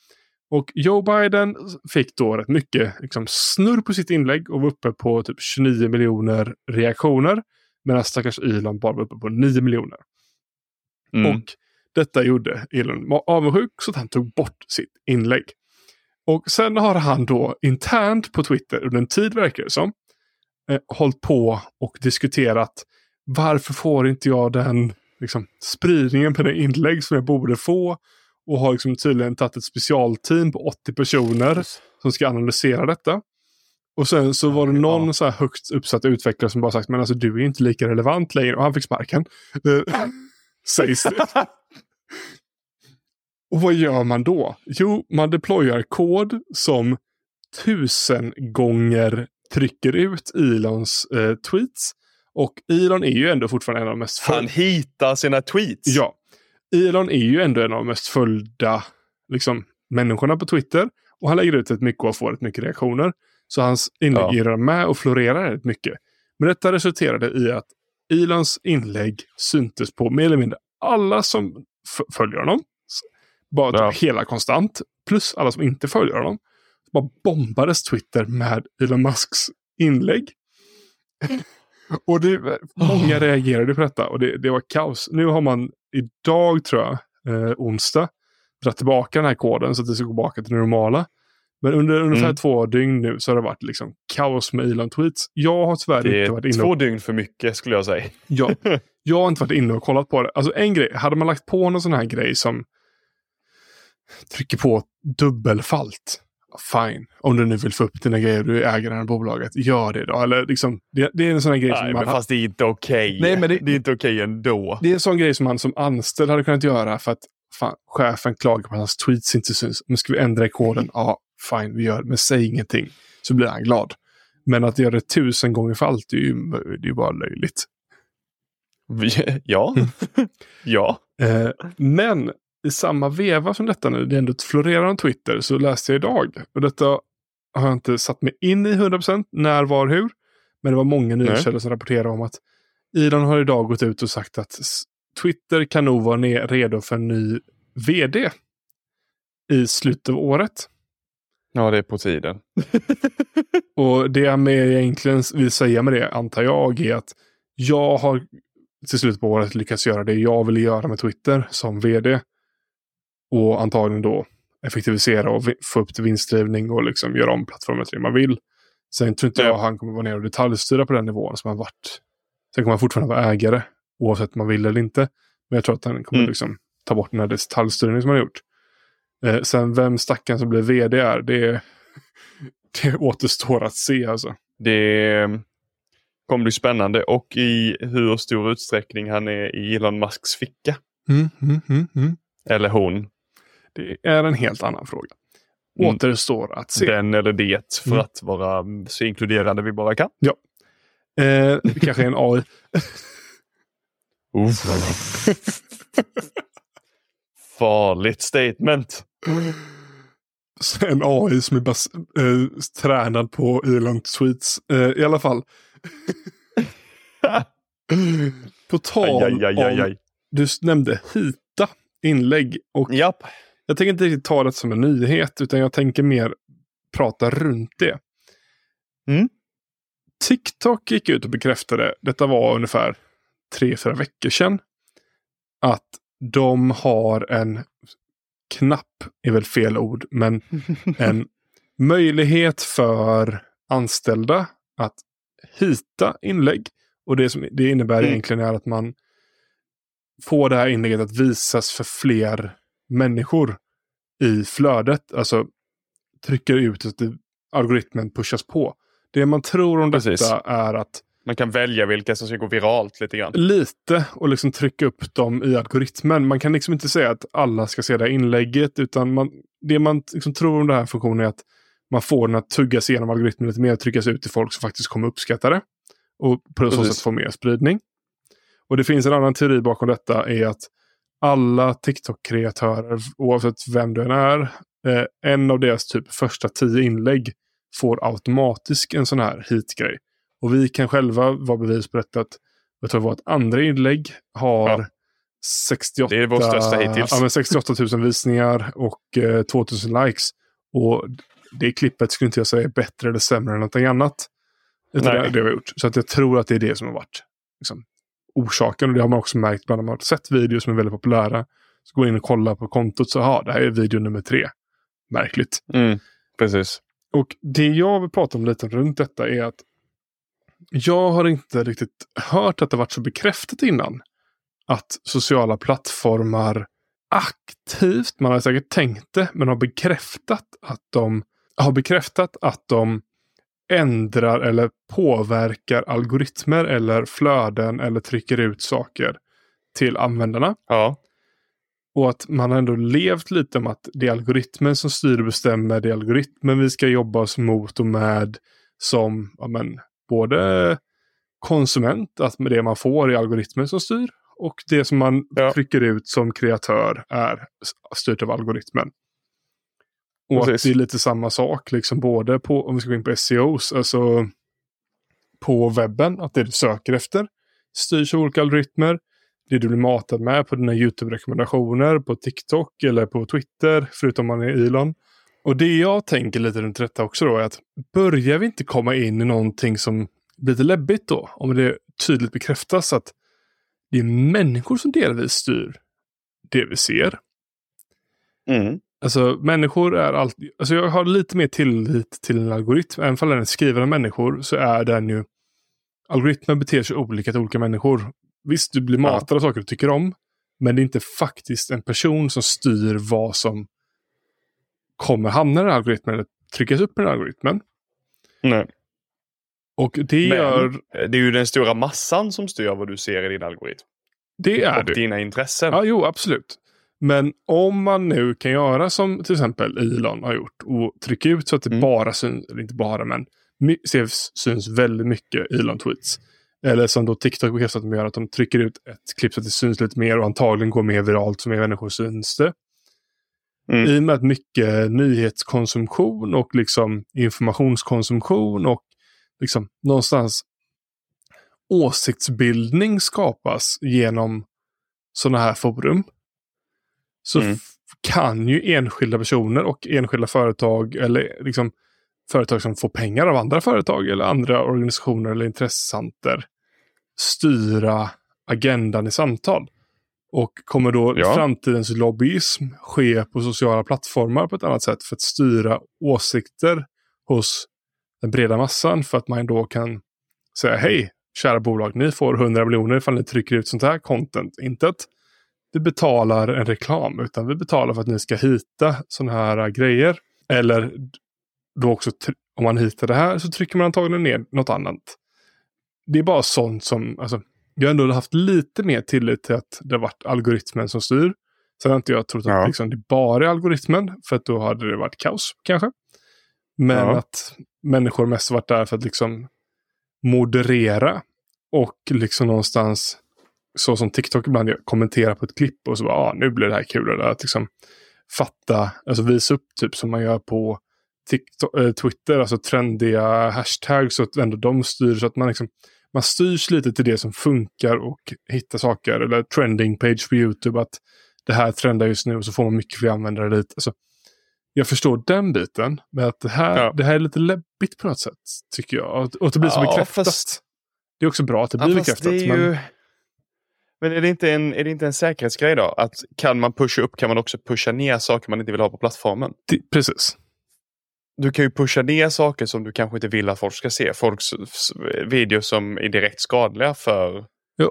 [SPEAKER 2] Och Joe Biden fick då rätt mycket liksom, snurr på sitt inlägg och var uppe på typ 29 miljoner reaktioner. Medan stackars Elon bara var uppe på 9 miljoner. Och detta gjorde Elon avundsjuk så att han tog bort sitt inlägg. Och sen har han då internt på Twitter under en tid verkar det som hållit på och diskuterat varför får inte jag den liksom, spridningen på det inlägg som jag borde få, och har liksom tydligen tagit ett specialteam på 80 personer som ska analysera detta. Och sen så var det någon så här högst uppsatt utvecklare som bara sagt, men alltså du är ju inte lika relevant längre, och han fick sparken. Sägs det. Och vad gör man då? Jo, man deployar kod som 1000 gånger trycker ut Elons tweets. Och Elon är ju ändå fortfarande en av de mest
[SPEAKER 1] Han hittar sina tweets.
[SPEAKER 2] Ja. Elon är ju ändå en av de mest följda liksom, människorna på Twitter. Och han lägger ut ett mycket och får ett mycket reaktioner. Så hans inlägg är med och florerar rätt mycket. Men detta resulterade i att Elons inlägg syntes på mer eller mindre alla som följer honom. Bara typ hela konstant. Plus alla som inte följer honom. Bara bombades Twitter med Elon Musks inlägg. Och många reagerade på detta. Och det var kaos. Nu har man idag tror jag, onsdag, dragit tillbaka den här koden så att det ska gå tillbaka till det normala. Men under ungefär 2 dygn nu så har det varit liksom kaos med Elon-tweets. Jag har tyvärr inte varit inne.
[SPEAKER 1] 2 dygn för mycket skulle jag säga.
[SPEAKER 2] Ja, jag har inte varit inne och kollat på det. Alltså en grej, hade man lagt på någon sån här grej som trycker på dubbelfalt, fine. Om du nu vill få upp dina grejer, du äger det här bolaget, gör det då. Eller liksom, det är en sån här grej som man...
[SPEAKER 1] fast det är inte okej. Nej, men det är inte okej ändå.
[SPEAKER 2] Det är en sån grej som man som anställd hade kunnat göra för att chefen klagar på att hans tweets inte syns. Men ska vi ändra i koden? Ja, fine, vi gör det. Men säg ingenting. Så blir han glad. Men att göra det 1000 gånger falt, det är ju bara löjligt.
[SPEAKER 1] Ja. Ja.
[SPEAKER 2] Men i samma veva som detta nu, det ändå florerar om Twitter, så läste jag idag. Och detta har jag inte satt mig in i 100% när, var, hur. Men det var många nyhetskällor som rapporterade om att Elon har idag gått ut och sagt att Twitter kan nog vara redo för en ny vd i slutet av året.
[SPEAKER 1] Ja, det är på tiden.
[SPEAKER 2] Och det jag egentligen vill säga med det, antar jag, är att jag har till slut på året lyckats göra det jag vill göra med Twitter som vd. Och antagligen då effektivisera och få upp till vinstdrivning och liksom göra om plattformen till det man vill. Sen tror inte jag han kommer vara ner och detaljstyra på den nivån som han varit. Sen kommer han fortfarande vara ägare oavsett om man vill eller inte. Men jag tror att han kommer liksom ta bort den här detaljstyrningen som han har gjort. Sen vem stackaren som blir vd är, det återstår att se alltså.
[SPEAKER 1] Det kommer bli spännande, och i hur stor utsträckning han är i Elon Musks ficka. Eller hon.
[SPEAKER 2] Det är en helt annan fråga. Återstår att se.
[SPEAKER 1] Den eller det, för att vara så inkluderande vi bara kan.
[SPEAKER 2] Ja. Kanske en AI.
[SPEAKER 1] Farligt statement.
[SPEAKER 2] En AI som är tränad på Elon tweets. I alla fall. På tal om... Du nämnde hita inlägg. Och jag tänker inte riktigt ta det som en nyhet, utan jag tänker mer prata runt det. TikTok gick ut och bekräftade, detta var ungefär 3-4 veckor sedan, att de har en knapp, är väl fel ord, men en möjlighet för anställda att hita inlägg. Och det som det innebär egentligen är att man får det här inlägget att visas för fler människor i flödet. Alltså trycker ut att algoritmen pushas på. Det man tror om detta är att
[SPEAKER 1] man kan välja vilka som ska gå viralt lite grann.
[SPEAKER 2] Lite, och liksom trycka upp dem i algoritmen. Man kan liksom inte säga att alla ska se det här inlägget, utan det man liksom tror om den här funktionen är att man får den att tuggas igenom algoritmen lite mer och tryckas ut till folk som faktiskt kommer uppskatta det. Och på så sätt få mer spridning. Och det finns en annan teori bakom detta, är att alla TikTok-kreatörer, oavsett vem det än är, en av deras typ första 10 inlägg får automatiskt en sån här hit-grej. Och vi kan själva vara bevis på detta, att jag tror att vårt andra inlägg har 68,
[SPEAKER 1] det är vår största hittills.
[SPEAKER 2] 68 000 visningar och 2000 likes. Och det klippet skulle inte jag säga är bättre eller sämre än någonting annat. Det har jag gjort. Så att jag tror att det är det som har varit liksom, orsaken. Och det har man också märkt bland man har sett videos som är väldigt populära. Så går in och kollar på kontot så det här är video nummer 3. Märkligt.
[SPEAKER 1] Precis.
[SPEAKER 2] Och det jag vill prata om lite runt detta är att jag har inte riktigt hört att det varit så bekräftat innan. Att sociala plattformar aktivt, man har säkert tänkt det, men har bekräftat att de ändrar eller påverkar algoritmer eller flöden eller trycker ut saker till användarna.
[SPEAKER 1] Ja.
[SPEAKER 2] Och att man ändå levt lite om att det är algoritmen som styr och bestämmer, det är algoritmen vi ska jobba oss mot och med som både konsument, att med det man får är algoritmen som styr, och det som man trycker ut som kreatör är styrt av algoritmen. Och att det är lite samma sak, liksom både på, om vi ska gå in på SEOs, alltså på webben, att det du söker efter styrs av olika algoritmer. Det du blir matad med på dina YouTube-rekommendationer, på TikTok eller på Twitter, förutom man är Elon. Och det jag tänker lite runt detta också då är att börjar vi inte komma in i någonting som blir lite läbbigt då, om det tydligt bekräftas att det är människor som delvis styr det vi ser. Alltså människor är alltid, alltså jag har lite mer tillit till en algoritm, även om den är skriven av människor så är den ju, algoritmen beter sig olika till olika människor. Visst, du blir matad av saker du tycker om, men det är inte faktiskt en person som styr vad som kommer hamna i den algoritmen eller tryckas upp i den algoritmen.
[SPEAKER 1] Nej.
[SPEAKER 2] Och det
[SPEAKER 1] är ju den stora massan som styr vad du ser i din algoritm.
[SPEAKER 2] Det är
[SPEAKER 1] och
[SPEAKER 2] det.
[SPEAKER 1] Dina intressen.
[SPEAKER 2] Ja, jo, absolut. Men om man nu kan göra som till exempel Elon har gjort och trycka ut så att det bara syns, eller inte bara, men syns väldigt mycket Elon-tweets. Eller som då TikTok bekräftar att de gör, att de trycker ut ett klipp så att det syns lite mer och antagligen går mer viralt som mer människor syns det. I och med att mycket nyhetskonsumtion och liksom informationskonsumtion och liksom någonstans åsiktsbildning skapas genom sådana här forum, så kan ju enskilda personer och enskilda företag eller liksom företag som får pengar av andra företag eller andra organisationer eller intressanter styra agendan i samtal. Och kommer då framtidens lobbyism ske på sociala plattformar på ett annat sätt för att styra åsikter hos den breda massan, för att man då kan säga hej, kära bolag, ni får 100 miljoner ifall ni trycker ut sånt här content. Inte att vi betalar en reklam, utan vi betalar för att ni ska hitta såna här grejer. Eller då också, om man hittar det här så trycker man antagligen ner något annat. Det är bara sånt som, alltså, jag har ändå haft lite mer tillit till att det har varit algoritmen som styr. Sen har inte jag trott att liksom, det bara är algoritmen, för att då hade det varit kaos kanske. Men att människor mest varit där för att liksom moderera och liksom någonstans, så som TikTok ibland kommenterar på ett klipp och så bara, nu blir det här kul, eller att liksom fatta, alltså visa upp typ som man gör på Twitter, alltså trendiga hashtags, så att ändå de styr, så att man liksom, man styrs lite till det som funkar och hittar saker, eller trending page på YouTube, att det här trendar just nu och så får man mycket fler användare dit. Alltså, jag förstår den biten, men att det här är lite läbbigt på något sätt, tycker jag. Och det blir så bekräftat. Det är också bra att det blir bekräftat.
[SPEAKER 1] Men är det inte en säkerhetsgrej då? Att kan man pusha upp, kan man också pusha ner saker man inte vill ha på plattformen?
[SPEAKER 2] Precis.
[SPEAKER 1] Du kan ju pusha ner saker som du kanske inte vill att folk ska se. Folks videos som är direkt skadliga för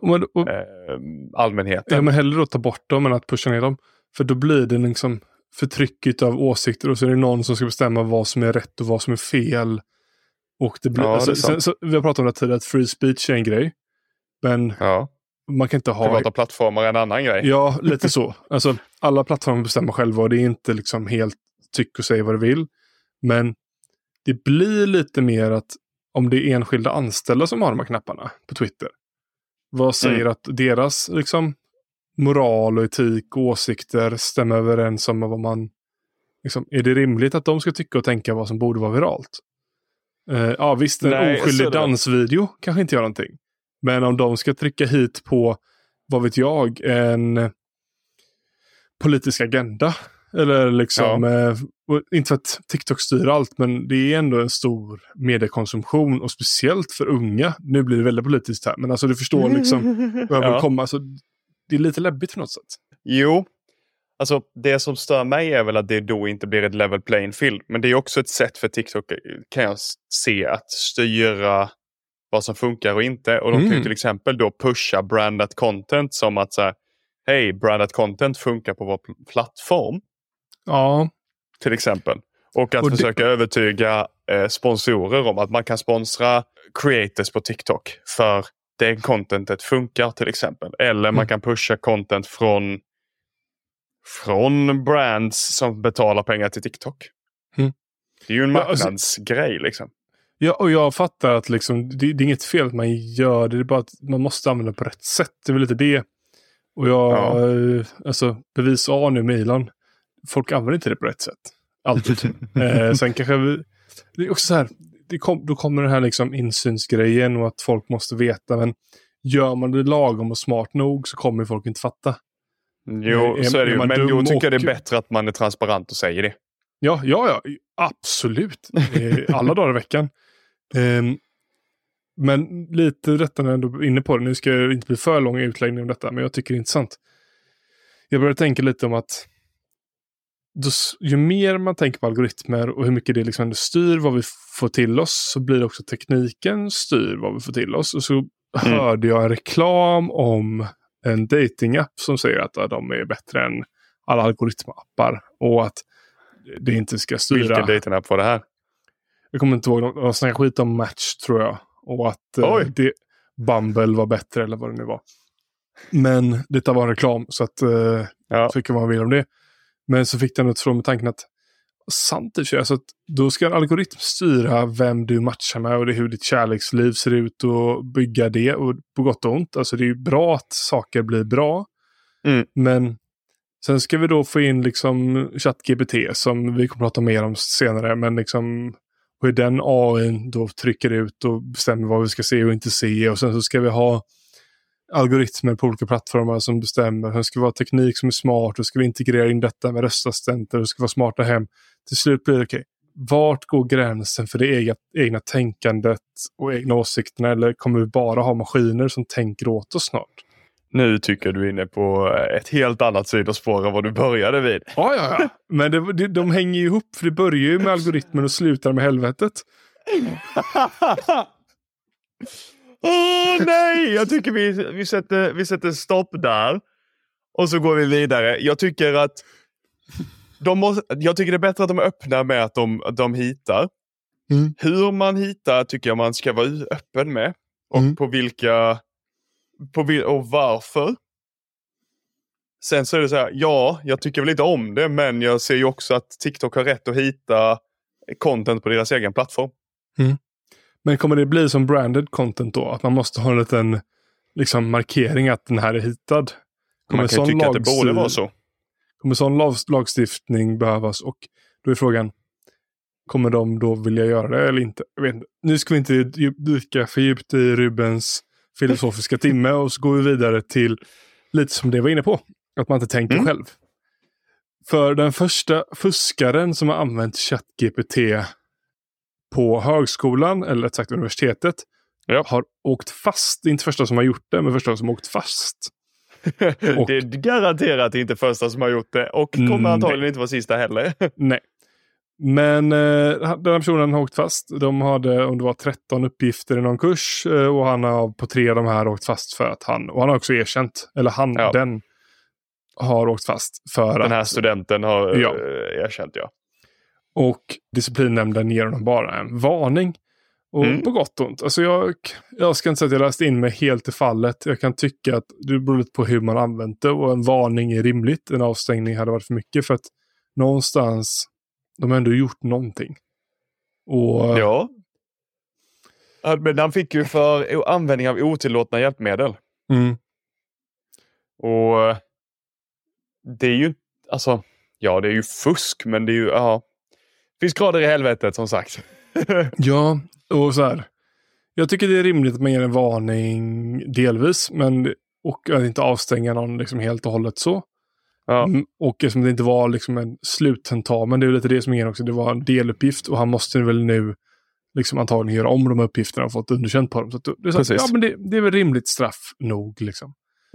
[SPEAKER 1] allmänheten.
[SPEAKER 2] Ja, men hellre då ta bort dem än att pusha ner dem. För då blir det liksom förtrycket av åsikter, och så är det någon som ska bestämma vad som är rätt och vad som är fel. Och det blir, så vi har pratat om det tidigare, att free speech är en grej. Men man kan inte ha...
[SPEAKER 1] Privata plattformar är en annan grej.
[SPEAKER 2] Ja, lite så. Alltså, alla plattformar bestämmer själva, och det är inte liksom helt tyck och säg vad du vill. Men det blir lite mer att om det är enskilda anställda som har de här knapparna på Twitter, vad säger att deras liksom moral och etik och åsikter stämmer överens om vad man liksom, är det rimligt att de ska tycka och tänka vad som borde vara viralt? Visst, en oskyldig dansvideo kanske inte gör någonting. Men om de ska trycka hit på, vad vet jag, en politisk agenda Eller liksom, inte för att TikTok styr allt, men det är ändå en stor mediekonsumtion och speciellt för unga. Nu blir det väldigt politiskt här, men alltså du förstår liksom vad jag vill komma. Alltså, det är lite läbbigt på något sätt.
[SPEAKER 1] Jo, alltså det som stör mig är väl att det då inte blir ett level playing field. Men det är också ett sätt för TikTok, kan jag se, att styra vad som funkar och inte. Och de kan ju till exempel då pusha branded content som att säga, hej, branded content funkar på vår plattform.
[SPEAKER 2] Ja.
[SPEAKER 1] Till exempel. Och att försöka övertyga sponsorer om att man kan sponsra creators på TikTok för det contentet funkar till exempel. Eller man kan pusha content från brands som betalar pengar till TikTok. Det är ju en marknadsgrej liksom.
[SPEAKER 2] Ja, och jag fattar att liksom, det är inget fel att man gör det. Det är bara att man måste använda det på rätt sätt. Det är väl lite det. Och alltså bevis A nu Milan. Folk använder inte det på rätt sätt. Alltid. Sen kanske det är också så här. Då kommer den här liksom insynsgrejen och att folk måste veta. Men gör man det lagom och smart nog så kommer folk inte fatta.
[SPEAKER 1] Jo, så är det ju. Men då tycker jag det är bättre att man är transparent och säger det.
[SPEAKER 2] Ja, absolut. Alla dagar i veckan. Men lite detta när jag ändå är inne på det. Nu ska jag inte bli för lång utläggning om detta, men jag tycker det är intressant. Jag börjar tänka lite om att ju mer man tänker på algoritmer och hur mycket det liksom ändå styr vad vi får till oss, så blir också tekniken styr vad vi får till oss. Och så hörde jag en reklam om en datingapp som säger att de är bättre än alla algoritmappar och att det inte ska styra.
[SPEAKER 1] Vilken datingapp var det här?
[SPEAKER 2] Jag kommer inte ihåg, de snackade skit om Match tror jag. Och att Bumble var bättre eller vad det nu var. Men detta var en reklam så att tycker man vill om det. Men så fick den från med tanken att samtidigt alltså att då ska en algoritm styra vem du matchar med och det hur ditt kärleksliv ser ut och bygga det och på gott och ont. Alltså det är ju bra att saker blir bra. Men sen ska vi då få in liksom ChatGPT som vi kommer att prata mer om senare, men liksom hur den AI då trycker ut och bestämmer vad vi ska se och inte se, och sen så ska vi ha algoritmer på olika plattformar som bestämmer. Sen ska vi ha teknik som är smart och ska vi integrera in detta med röstassistenter och ska vara smarta hem. Till slut blir det okej. Vart går gränsen för det egna tänkandet och egna åsikterna, eller kommer vi bara ha maskiner som tänker åt oss snart?
[SPEAKER 1] Nu tycker du är inne på ett helt annat sidospår än vad du började vid.
[SPEAKER 2] Ja. Men de hänger ju ihop, för det börjar ju med algoritmen och slutar med helvetet.
[SPEAKER 1] Nej! Jag tycker vi sätter stopp där. Och så går vi vidare. Jag tycker att jag tycker det är bättre att de är öppna med att de hittar. Hur man hittar tycker jag man ska vara öppen med. Och på vilka... och varför. Sen så är det så här, jag tycker väl inte om det, men jag ser ju också att TikTok har rätt att hitta content på deras egen plattform.
[SPEAKER 2] Men kommer det bli som branded content då? Att man måste ha en liten liksom, markering att den här är hitad?
[SPEAKER 1] Man kan tycka att det borde vara så.
[SPEAKER 2] Kommer sån lagstiftning behövas? Och då är frågan, kommer de då vilja göra det eller inte? Jag vet inte. Nu ska vi inte dyka för djupt i Rubens filosofiska timme, och så går vi vidare till lite som det var inne på. Att man inte tänker själv. För den första fuskaren som har använt ChatGPT på högskolan, eller rätt sagt universitetet, har åkt fast. Det är inte första som har gjort det, men första som har åkt fast.
[SPEAKER 1] Och, det är garanterat inte första som har gjort det, och kommer antagligen inte vara sista heller.
[SPEAKER 2] Nej. Men den här personen har åkt fast. De hade, om det var 13 uppgifter i någon kurs, och han har på 3 av de här åkt fast för att han har också erkänt, eller den har åkt fast för
[SPEAKER 1] den här studenten har erkänt,
[SPEAKER 2] Och disciplinnämnden ger honom bara en varning. Och på gott och ont. Alltså jag ska inte säga att jag läst in mig helt i fallet. Jag kan tycka att det beror lite på hur man använt det, och en varning är rimligt. En avstängning hade varit för mycket, för att någonstans de har ändå gjort någonting. Och
[SPEAKER 1] men han fick ju för användning av otillåtna hjälpmedel. Och det är ju alltså, det är ju fusk, men det är ju finns grader i helvetet som sagt.
[SPEAKER 2] Ja, och så här. Jag tycker det är rimligt att man ger en varning delvis, men och att inte avstänga någon liksom helt och hållet så.
[SPEAKER 1] Ja.
[SPEAKER 2] Och eftersom det inte var liksom en sluttentamen, det är lite det som är också. Det var en deluppgift och han måste väl nu liksom antagligen göra om de uppgifterna och fått underkänt på dem. Så det är så, ja, men det är väl rimligt straff nog liksom.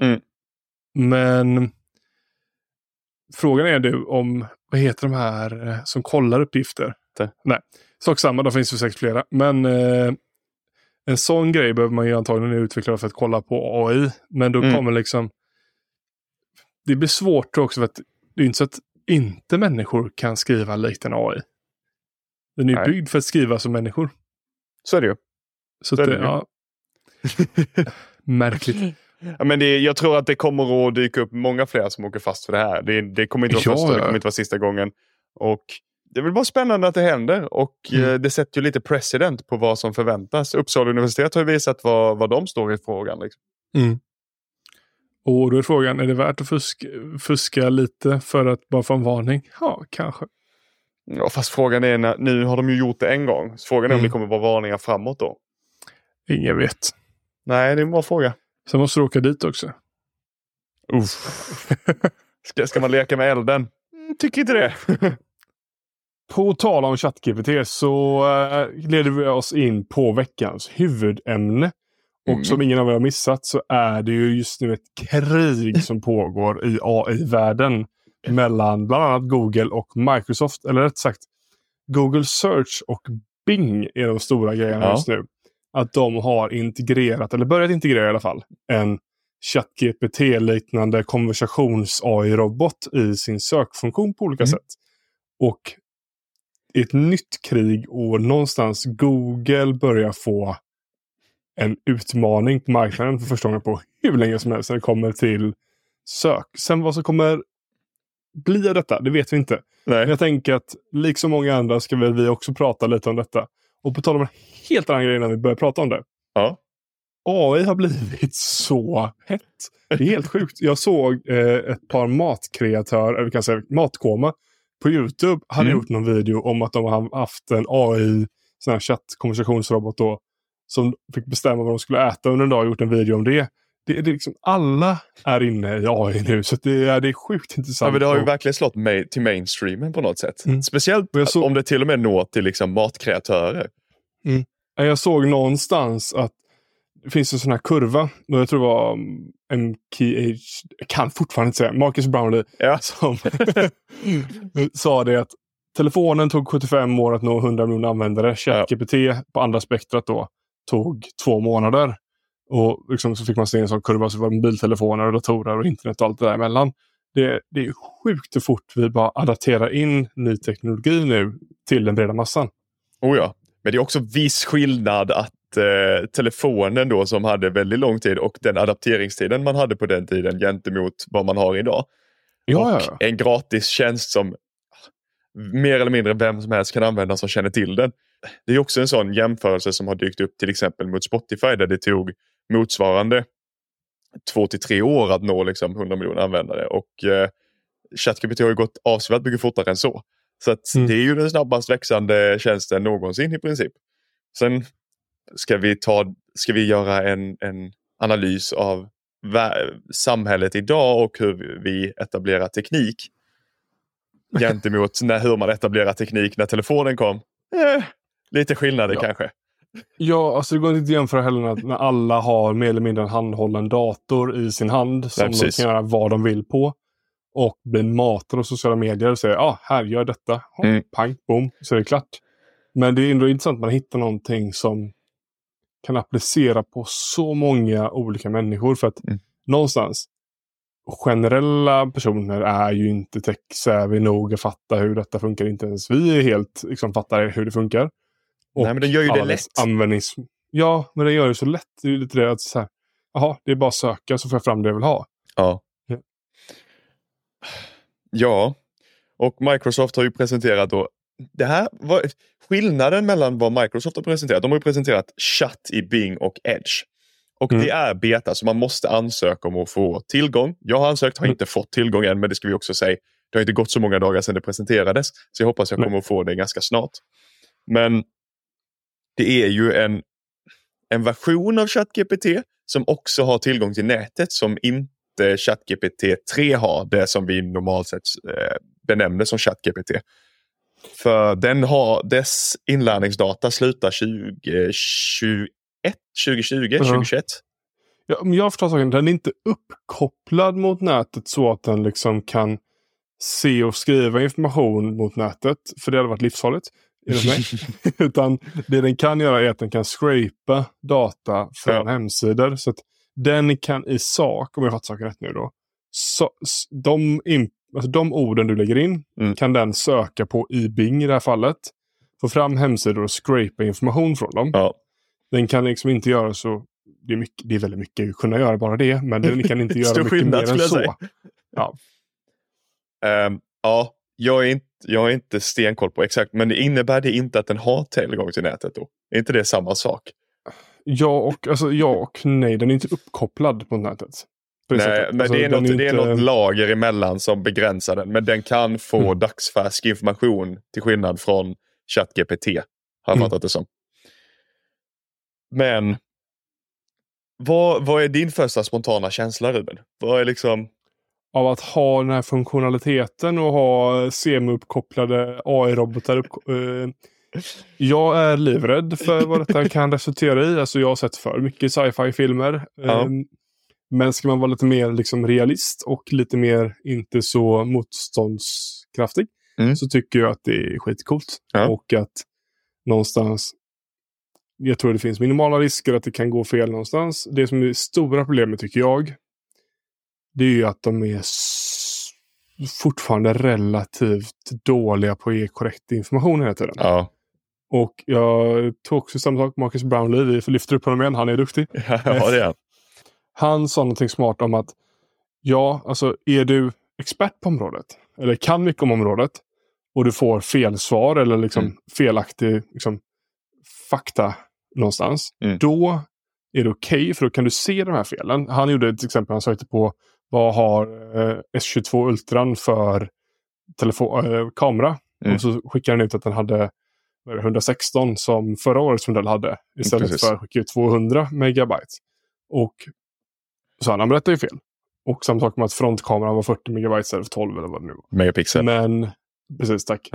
[SPEAKER 2] Men frågan är du om, vad heter de här som kollar uppgifter? Nej, sak samma, då finns det säkert flera. Men en sån grej behöver man ju antagligen utveckla för att kolla på AI. Men då kommer liksom, det blir svårt också för att det är inte så att inte människor kan skriva likt en AI. Den är ju byggd för att skriva som människor.
[SPEAKER 1] Så är det ju.
[SPEAKER 2] Så det, ja. Märkligt.
[SPEAKER 1] Ja, men jag tror att det kommer att dyka upp många fler som åker fast för det här. Det kommer inte vara första, det kommer inte vara sista gången. Och det är väl bara spännande att det händer. Och det sätter ju lite precedent på vad som förväntas. Uppsala universitet har ju visat vad de står i frågan. Liksom.
[SPEAKER 2] Och då är frågan, är det värt att fuska lite för att bara få en varning? Ja, kanske.
[SPEAKER 1] Ja, fast frågan är, nu har de ju gjort det en gång. Så frågan är om det kommer vara varningar framåt då.
[SPEAKER 2] Ingen vet.
[SPEAKER 1] Nej, det är en bra fråga.
[SPEAKER 2] Sen måste du åka dit också.
[SPEAKER 1] Ska man leka med elden? Tycker inte det.
[SPEAKER 2] På tal om ChatGPT så leder vi oss in på veckans huvudämne. Och som ingen av er har missat så är det ju just nu ett krig som pågår i AI-världen mellan bland annat Google och Microsoft. Eller rätt sagt, Google Search och Bing är de stora grejerna just nu. Att de har integrerat, eller börjat integrera i alla fall, en ChatGPT-liknande konversations-AI-robot i sin sökfunktion på olika sätt. Och ett nytt krig och någonstans Google börjar få en utmaning på marknaden för första gången på hur länge som helst när det kommer till sök. Sen vad som kommer bli av detta, det vet vi inte.
[SPEAKER 1] Nej.
[SPEAKER 2] Men jag tänker att liksom många andra ska väl vi också prata lite om detta. Och på tal om en helt annan grej när vi börjar prata om det.
[SPEAKER 1] Ja.
[SPEAKER 2] AI har blivit så hett. Det är helt sjukt. Jag såg ett par matkreatörer, eller vi kan säga matkoma, på YouTube hade gjort någon video om att de har haft en AI sån här chattkonversationsrobot då, som fick bestämma vad de skulle äta under en dag och gjort en video om det. Det är liksom, alla är inne i AI nu, så det är sjukt intressant.
[SPEAKER 1] Ja, men det har ju verkligen slått till mainstreamen på något sätt. Speciellt om det till och med når till liksom matkreatörer.
[SPEAKER 2] Jag såg någonstans att det finns en sån här kurva, och jag tror det var MKH, jag kan fortfarande inte säga, Marcus Brownlee, som sa det att telefonen tog 75 år att nå 100 miljoner användare. ChatGPT på andra spektrat då tog 2 månader. Och liksom så fick man se en sån kurva, så var mobiltelefoner och datorer och internet och allt det där emellan. Det är sjukt hur fort vi bara adapterar in ny teknologi nu till den breda massan.
[SPEAKER 1] Oh ja, men det är också viss skillnad att telefonen då som hade väldigt lång tid och den adapteringstiden man hade på den tiden gentemot vad man har idag. Och en gratis tjänst som mer eller mindre vem som helst kan använda som känner till den. Det är också en sån jämförelse som har dykt upp till exempel mot Spotify, där det tog motsvarande 2 till 3 år att nå liksom 100 miljoner användare. Och ChatGPT har ju gått avsevärt mycket fortare än så. Så att det är ju den snabbast växande tjänsten någonsin i princip. Sen ska vi göra en analys av samhället idag och hur vi etablerar teknik gentemot hur man etablerar teknik när telefonen kom. Lite skillnader kanske.
[SPEAKER 2] Ja, alltså det går inte att jämföra heller när alla har mer eller mindre en handhållen dator i sin hand som de kan göra vad de vill på. Och blir matade av sociala medier och säger, här, gör detta. Pang, boom, så är det klart. Men det är ändå intressant att man hittar någonting som kan applicera på så många olika människor. För att någonstans, generella personer är ju inte tech-savvy nog att fatta hur detta funkar. Inte ens vi är helt fattar hur det funkar. Och
[SPEAKER 1] nej, men den gör ju det lätt.
[SPEAKER 2] Ja, men den gör det så lätt. Det är ju lite det att så här, det är bara att söka så får jag fram det jag vill ha.
[SPEAKER 1] Ja, och Microsoft har ju presenterat då, det här var skillnaden mellan vad Microsoft har presenterat. De har ju presenterat chatt i Bing och Edge. Och det är beta, så man måste ansöka om att få tillgång. Jag har ansökt, har inte fått tillgång än, men det ska vi också säga. Det har inte gått så många dagar sedan det presenterades, så jag hoppas jag kommer att få det ganska snart. Men det är ju en version av ChatGPT som också har tillgång till nätet, som inte ChatGPT 3 ha, det som vi normalt sett benämner som ChatGPT. För dess inlärningsdata slutar 2021.
[SPEAKER 2] Ja, men jag förstår saken, den är inte uppkopplad mot nätet så att den liksom kan se och skriva information mot nätet, för det hade varit livsfarligt enligt mig. Utan det den kan göra är att den kan scrapa data från hemsidor, så att den kan i sak, om jag fattar saken rätt nu då, de orden du lägger in kan den söka på i Bing i det här fallet, få fram hemsidor och scrapa information från dem.
[SPEAKER 1] Ja.
[SPEAKER 2] Den kan liksom inte göra så. Det är väldigt mycket att kunna göra bara det, men den kan inte göra mycket mer än så. Ja.
[SPEAKER 1] Jag är inte stenkoll på exakt, men innebär det inte att den har tillgång till nätet då? Är inte det samma sak?
[SPEAKER 2] Ja och nej, den är inte uppkopplad på nätet.
[SPEAKER 1] Nej, men det är något lager emellan som begränsar den, men den kan få dagsfärsk information till skillnad från ChatGPT, har jag fattat det som. Men vad är din första spontana känsla, Ruben? Vad är liksom...
[SPEAKER 2] Av att ha den här funktionaliteten och ha semi-uppkopplade AI-robotar. Jag är livrädd för vad detta kan resultera i. Alltså jag har sett för mycket sci-fi-filmer. Men ska man vara lite mer liksom realist och lite mer inte så motståndskraftig, så tycker jag att det är skitcoolt. Och att någonstans, jag tror det finns minimala risker att det kan gå fel någonstans. Det som är stora problemet tycker jag, det är ju att de är fortfarande relativt dåliga på att ge korrekt information hela tiden.
[SPEAKER 1] Ja.
[SPEAKER 2] Och jag tog också samma sak, Marcus Brownlee, vi lyfter upp honom igen, han är duktig.
[SPEAKER 1] Ja, det är.
[SPEAKER 2] Han sa någonting smart om att alltså är du expert på området eller kan mycket om området och du får fel svar eller liksom felaktig liksom, fakta någonstans, då är det okej, för då kan du se de här felen. Han gjorde till exempel, han sökte på vad har S22 Ultran för kamera, och så skickade han ut att den hade 116 som förra årets modell hade, istället för att skicka ut 200 megabyte. Och så han berättade ju fel. Och samma sak med att frontkameran var 40 megabyte istället för 12 eller vad det nu var.
[SPEAKER 1] Megapixel.
[SPEAKER 2] Men, precis, tack.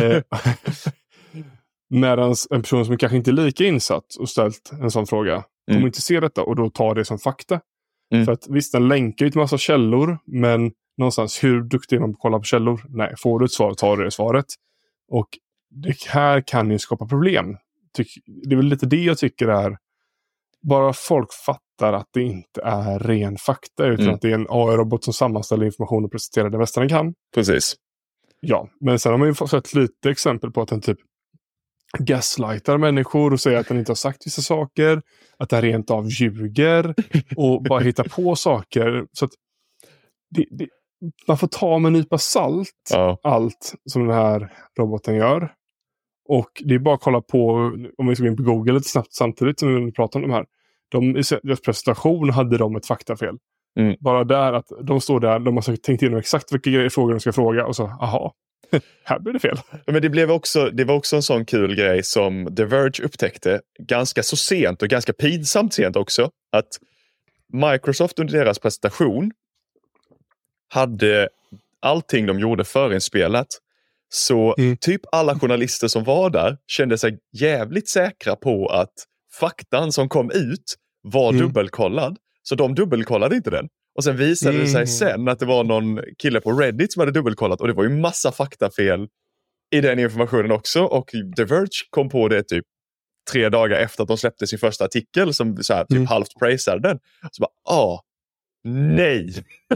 [SPEAKER 2] Medan en person som kanske inte är lika insatt och ställt en sån fråga kommer inte se detta och då tar det som fakta. För att visst, den länkar ju till massa källor, men någonstans, hur duktig är man på att kolla på källor? Nej, får du ett svar, tar du det svaret. Och det här kan ju skapa problem. Det är väl lite det jag tycker är, bara folk fattar att det inte är ren fakta, utan att det är en AI-robot som sammanställer information och presenterar det bästa den kan.
[SPEAKER 1] Precis.
[SPEAKER 2] Ja, men sen har man ju fått lite exempel på att den typ gaslightar människor och säger att den inte har sagt vissa saker, att den rent av ljuger och bara hittar på saker. Så att man får ta med en nypa salt allt som den här roboten gör. Och det är bara att kolla på, om vi ska gå in på Google lite snabbt samtidigt som vi pratar om de här. I deras presentation hade de ett faktafel. Bara där att de står där, de har tänkt igenom exakt vilka frågor de ska fråga och så, aha, här blir det fel.
[SPEAKER 1] Men det var också en sån kul grej som The Verge upptäckte ganska så sent och ganska pinsamt sent också, att Microsoft under deras presentation hade allting de gjorde förinspelat. Så typ alla journalister som var där kände sig jävligt säkra på att faktan som kom ut var dubbelkollad. Så de dubbelkollade inte den. Och sen visade det sig sen att det var någon kille på Reddit som hade dubbelkollat. Och det var ju massa faktafel i den informationen också. Och The Verge kom på det typ 3 dagar efter att de släppte sin första artikel som så här, typ halvt praisade den. Så bara, nej!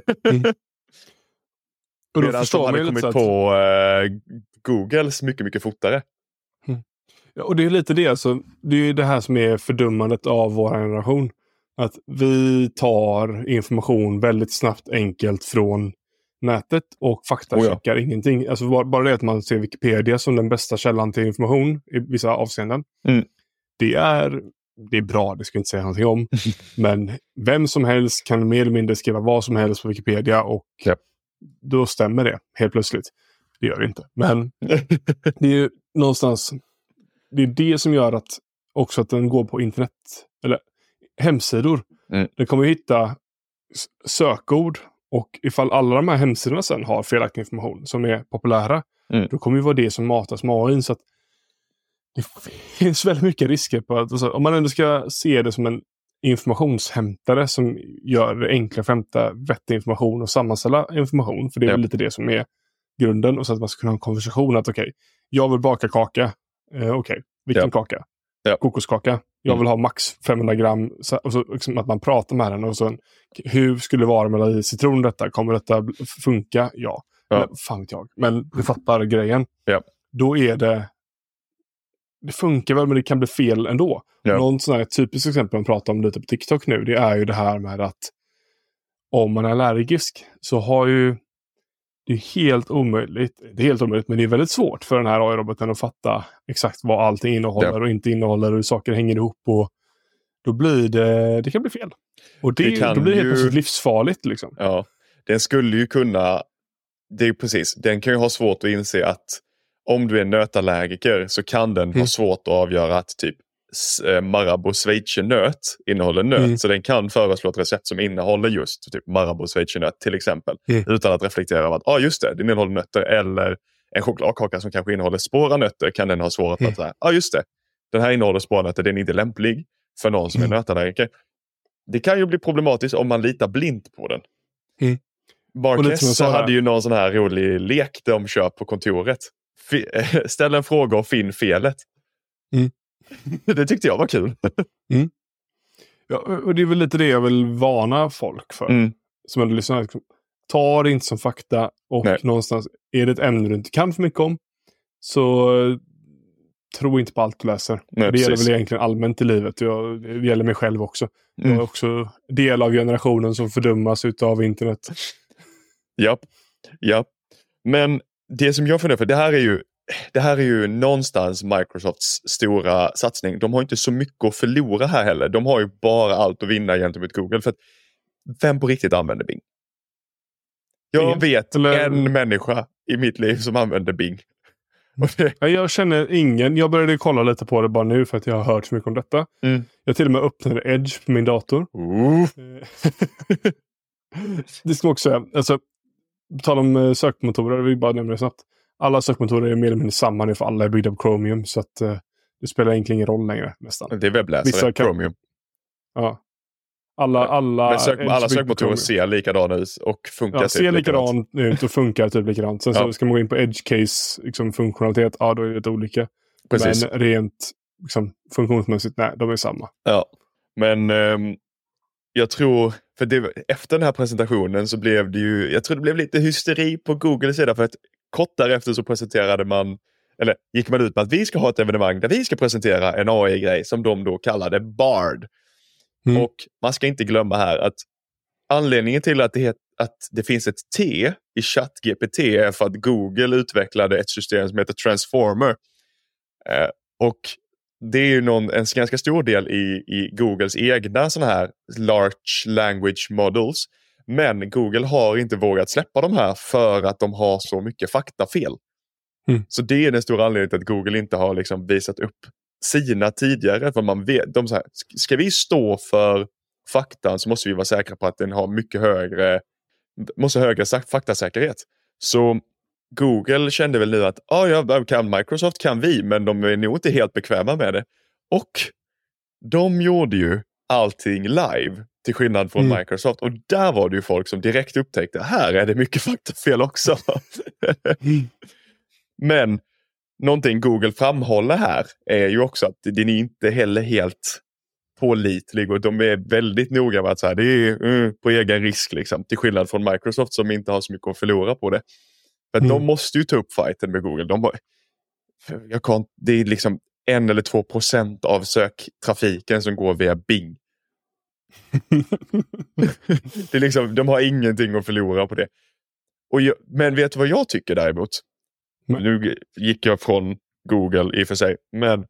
[SPEAKER 1] Och då medan de hade kommit på Googles mycket, mycket fortare.
[SPEAKER 2] Ja, och det är lite det. Alltså, det är ju det här som är fördummandet av vår generation. Att vi tar information väldigt snabbt, enkelt från nätet och faktacheckar ingenting. Alltså bara det att man ser Wikipedia som den bästa källan till information i vissa avseenden. Det är bra, det ska jag inte säga någonting om. Men vem som helst kan mer eller mindre skriva vad som helst på Wikipedia och då stämmer det helt plötsligt. Det gör det inte. Men det är ju någonstans, det är det som gör att också att den går på internet eller hemsidor. Den kommer ju hitta sökord. Och ifall alla de här hemsidorna sen har felaktig information som är populära, då kommer ju vara det som matas med AI. Så att det finns väldigt mycket risker på att, alltså, om man ändå ska se det som en informationshämtare som gör det enklare för att hämta vettig information och sammanställa information. För det är väl lite det som är grunden. Och så att man ska kunna ha en konversation att okej, jag vill baka kaka. Vilken kaka? Kokoskaka. Jag vill ha max 500 gram. Och så liksom att man pratar med den. Och så hur skulle det vara med i citron detta? Kommer detta funka? Ja. Men, fan vet jag. Men du fattar grejen. Då är det funkar väl, men det kan bli fel ändå. Någon sån här typiskt exempel man pratar om lite på TikTok nu, det är ju det här med att om man är allergisk så har ju det är helt omöjligt, men det är väldigt svårt för den här AI-roboten att fatta exakt vad allting innehåller och inte innehåller, hur saker hänger ihop, och då blir det kan bli fel. Och då blir det helt plötsligt livsfarligt liksom.
[SPEAKER 1] Ja, den skulle ju kunna, det är precis, den kan ju ha svårt att inse att om du är nötallergiker så kan den ha svårt att avgöra att typ Marabou schweizernöt innehåller nöt. Så den kan föreslå ett recept som innehåller just typ Marabou schweizernöt till exempel. Utan att reflektera över att just det, den innehåller nötter. Eller en chokladkaka som kanske innehåller spåranötter kan den ha svårt att säga. Just det, den här innehåller spåranötter, den är inte lämplig för någon som är nötallergiker. Det kan ju bli problematiskt om man litar blint på den. Marques hade ju någon sån här rolig lek de kör på kontoret. Ställ en fråga och finn felet. Det tyckte jag var kul.
[SPEAKER 2] Ja, och det är väl lite det jag vill varna folk för. Som jag lyssnar. Ta det inte som fakta. Och någonstans är det ett ämne du inte kan för mycket om, så tro inte på allt du läser. Det gäller väl egentligen allmänt i livet. Det gäller mig själv också. Jag är också del av generationen som fördummas utav internet.
[SPEAKER 1] Ja. Men det som jag funderar för, det här är ju någonstans Microsofts stora satsning. De har inte så mycket att förlora här heller. De har ju bara allt att vinna gentemot Google. För att vem på riktigt använder Bing? Jag vet en människa i mitt liv som använder Bing.
[SPEAKER 2] Jag känner ingen. Jag började kolla lite på det bara nu för att jag har hört så mycket om detta. Jag till och med öppnade Edge på min dator. Det ska också säga. Alltså, på tal om sökmotorer, vi bara nämner det snabbt. Alla sökmotorer är mer eller mindre samma nu, för alla är byggda på Chromium, så att det spelar egentligen ingen roll längre nästan.
[SPEAKER 1] Det är webbläsare, Chromium.
[SPEAKER 2] Ja. Alla
[SPEAKER 1] sökmotorer ser likadana ut och funkar typ
[SPEAKER 2] ser likadant ut och funkar typ likadant. Sen så ska man gå in på edge case liksom, funktionalitet, då är det lite olika. Precis. Men rent liksom, funktionsmässigt, nej, de är samma.
[SPEAKER 1] Ja, men jag tror, för efter den här presentationen så blev det ju, jag tror det blev lite hysteri på Googles sida, för att kort därefter så gick man ut med att vi ska ha ett evenemang där vi ska presentera en AI-grej som de då kallade Bard. Och man ska inte glömma här att anledningen till att det finns ett T i ChatGPT är för att Google utvecklade ett system som heter Transformer. Och det är ju en ganska stor del i Googles egna såna här large language models. Men Google har inte vågat släppa de här för att de har så mycket faktafel. Så det är den stora anledningen till att Google inte har liksom visat upp sina tidigare. För man vet, så här, ska vi stå för faktan så måste vi vara säkra på att den har mycket högre faktasäkerhet. Så Google kände väl nu att kan Microsoft kan vi, men de är nog inte helt bekväma med det. Och de gjorde ju allting live till skillnad från Microsoft. Och där var det ju folk som direkt upptäckte, här är det mycket faktafel också. Men någonting Google framhåller här är ju också att den är inte heller helt pålitlig, och de är väldigt noga med att så här, det är på egen risk liksom, till skillnad från Microsoft som inte har så mycket att förlora på det. För de måste ju ta upp fighten med Google. Det är liksom 1 eller 2% av söktrafiken som går via Bing. Det är liksom, de har ingenting att förlora på det. Men vet du vad jag tycker däremot? Nu gick jag från Google i och för sig, men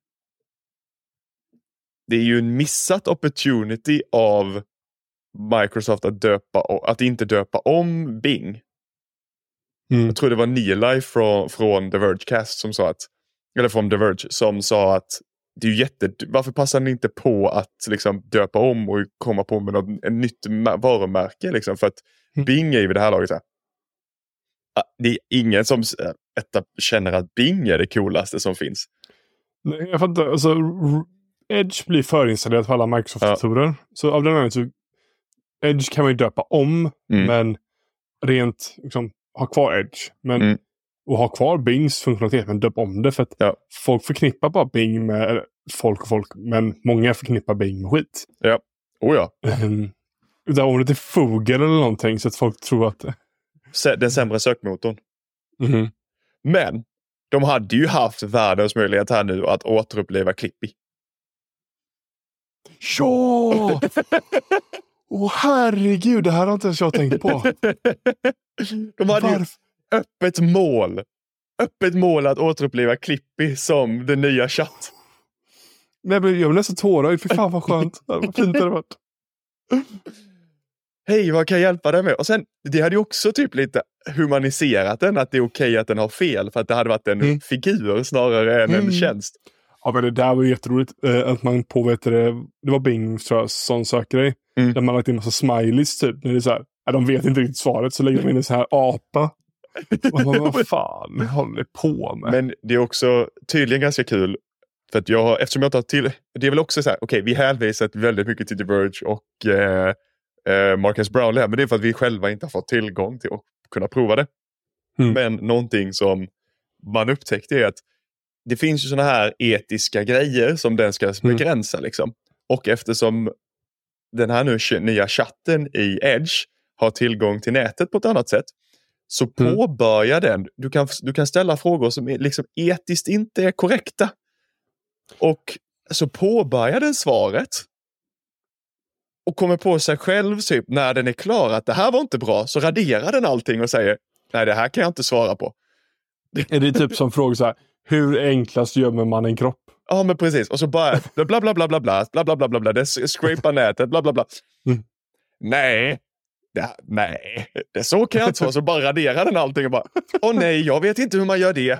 [SPEAKER 1] det är ju en missat opportunity av Microsoft att inte döpa om Bing. Jag tror det var Neil från The Vergecast som sa att, eller från The Verge som sa att det är ju varför passar ni inte på att liksom döpa om och komma på med ett nytt varumärke liksom? För att Bing är ju vid det här laget så här. Det är ingen som känner att Bing är det coolaste som finns.
[SPEAKER 2] Nej, jag fattar. Alltså, Edge blir förinstallerat på alla Microsoft-datorer. Ja. Så av den anledningen så Edge kan man ju döpa om, men rent liksom, ha kvar Edge. Men och ha kvar Bings funktionalitet, men döpa om det. För att folk förknippar bara Bing med folk, men många förknippar Bing med skit.
[SPEAKER 1] Ja,
[SPEAKER 2] Utan om det är Fogel eller någonting så att folk tror att
[SPEAKER 1] den sämre sökmotorn. Men de hade ju haft världens möjlighet här nu att återuppleva Clippy.
[SPEAKER 2] Ja! Herregud, det här har inte ens jag tänkt på.
[SPEAKER 1] De hade ju öppet mål att återuppleva Clippy som den nya chatt.
[SPEAKER 2] Nej, men jag blev nästan tårögd. För fan vad skönt. Vad fint det hade varit.
[SPEAKER 1] Hej, vad kan jag hjälpa dig med? Och sen, det hade ju också typ lite humaniserat den, att det är okej att den har fel. För att det hade varit en figur snarare än en tjänst.
[SPEAKER 2] Ja, men det där var ju jätteroligt. Att man det var Bing, tror jag, som söker dig. Där man lagt in massa smileys typ. När det är så här, de vet inte riktigt svaret, så lägger de in en så här apa. Och man, vad fan håller på med?
[SPEAKER 1] Men det är också tydligen ganska kul. För att eftersom jag tar till, det är väl också så här, okej, vi hänvisat väldigt mycket till The Verge och Marcus Brownlee, men det är för att vi själva inte har fått tillgång till att kunna prova det. Men någonting som man upptäckte är att det finns ju såna här etiska grejer som den ska begränsa liksom. Och eftersom den här nu nya chatten i Edge har tillgång till nätet på ett annat sätt, så påbörjar den, du kan ställa frågor som liksom etiskt inte är korrekta. Och så påbörjar den svaret och kommer på sig själv typ, när den är klar att det här var inte bra, så raderar den allting och säger, nej, det här kan jag inte svara på.
[SPEAKER 2] Är det typ som fråga så här, hur enklast gömmer man en kropp?
[SPEAKER 1] Ja, men precis. Och så bara bla bla bla bla bla bla bla bla bla bla, det scrapar nätet, bla bla bla. Nej. Nej, det så kan jag inte svara. Så bara raderar den allting och bara, nej, jag vet inte hur man gör det.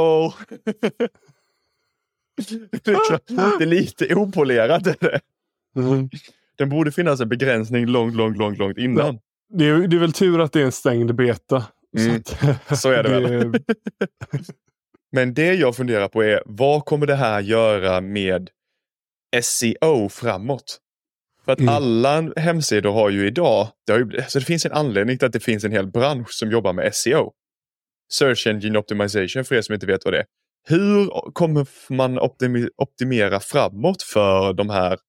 [SPEAKER 1] Det är lite opolerat är det. Den borde finnas en begränsning långt innan.
[SPEAKER 2] Det är väl tur att det är en stängd beta.
[SPEAKER 1] Så är det väl. Men det jag funderar på är, vad kommer det här göra med SEO framåt? För att alla hemsidor har ju idag, så det finns en anledning till att det finns en hel bransch som jobbar med SEO. Search Engine Optimization, för er som inte vet vad det är. Hur kommer man optimera framåt för de här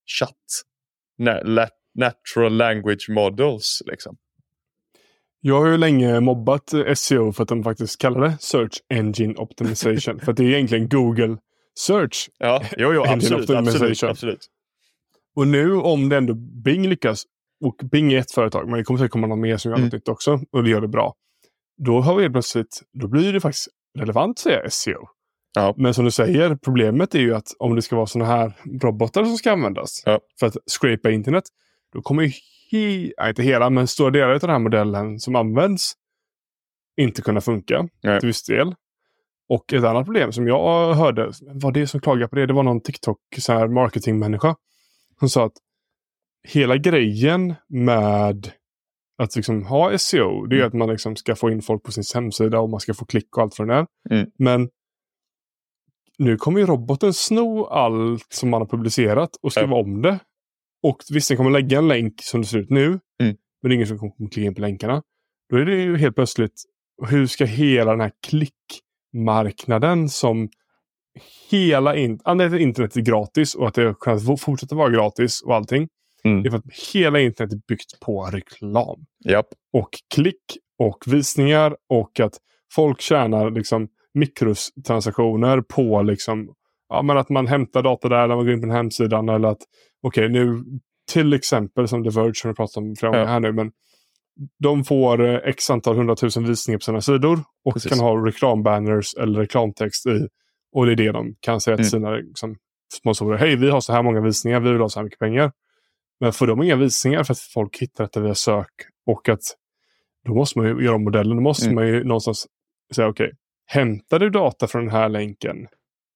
[SPEAKER 1] natural language models liksom?
[SPEAKER 2] Jag har ju länge mobbat SEO för att de faktiskt kallar det Search Engine Optimization. För att det är egentligen Google Search.
[SPEAKER 1] Ja, absolut.
[SPEAKER 2] Och nu om det ändå Bing lyckas, och Bing är ett företag, men det kommer säkert komma någon mer som gör något nytt också, och det gör det bra. Då har vi plötsligt, då blir det faktiskt relevant att säga SEO. Ja. Men som du säger, problemet är ju att om det ska vara såna här robotar som ska användas för att scrapa internet, då kommer ju inte hela, men stora delar av den här modellen som används inte kunna funka till viss del. Och ett annat problem som jag hörde, var det som klagade på det var någon TikTok så här marketingmänniska. Hon sa att hela grejen med att liksom ha SEO, det är att man liksom ska få in folk på sin hemsida och man ska få klick och allt från det. Men nu kommer ju roboten sno allt som man har publicerat och skriva om det. Och visst, den kommer lägga en länk som det ser ut nu, men det är ingen som kommer klicka in på länkarna. Då är det ju helt plötsligt, hur ska hela den här klickmarknaden som internet är gratis och att det kan fortsätta vara gratis och allting. Det är för att hela internet är byggt på reklam. Och klick och visningar, och att folk tjänar liksom mikrotransaktioner på liksom, men att man hämtar data där när man går in på den hemsidan, eller att nu till exempel som The Verge som vi pratar om flera gånger här nu, men de får x antal 100 000 visningar på sina sidor och kan ha reklambanners eller reklamtext i, och det är det de kan säga till sina liksom, sponsorer. Hej, vi har så här många visningar, vi vill ha så här mycket pengar. Men får de inga visningar för att folk hittar detta via sök, och att då måste man ju göra modellen, då måste man ju någonstans säga hämtar du data från den här länken,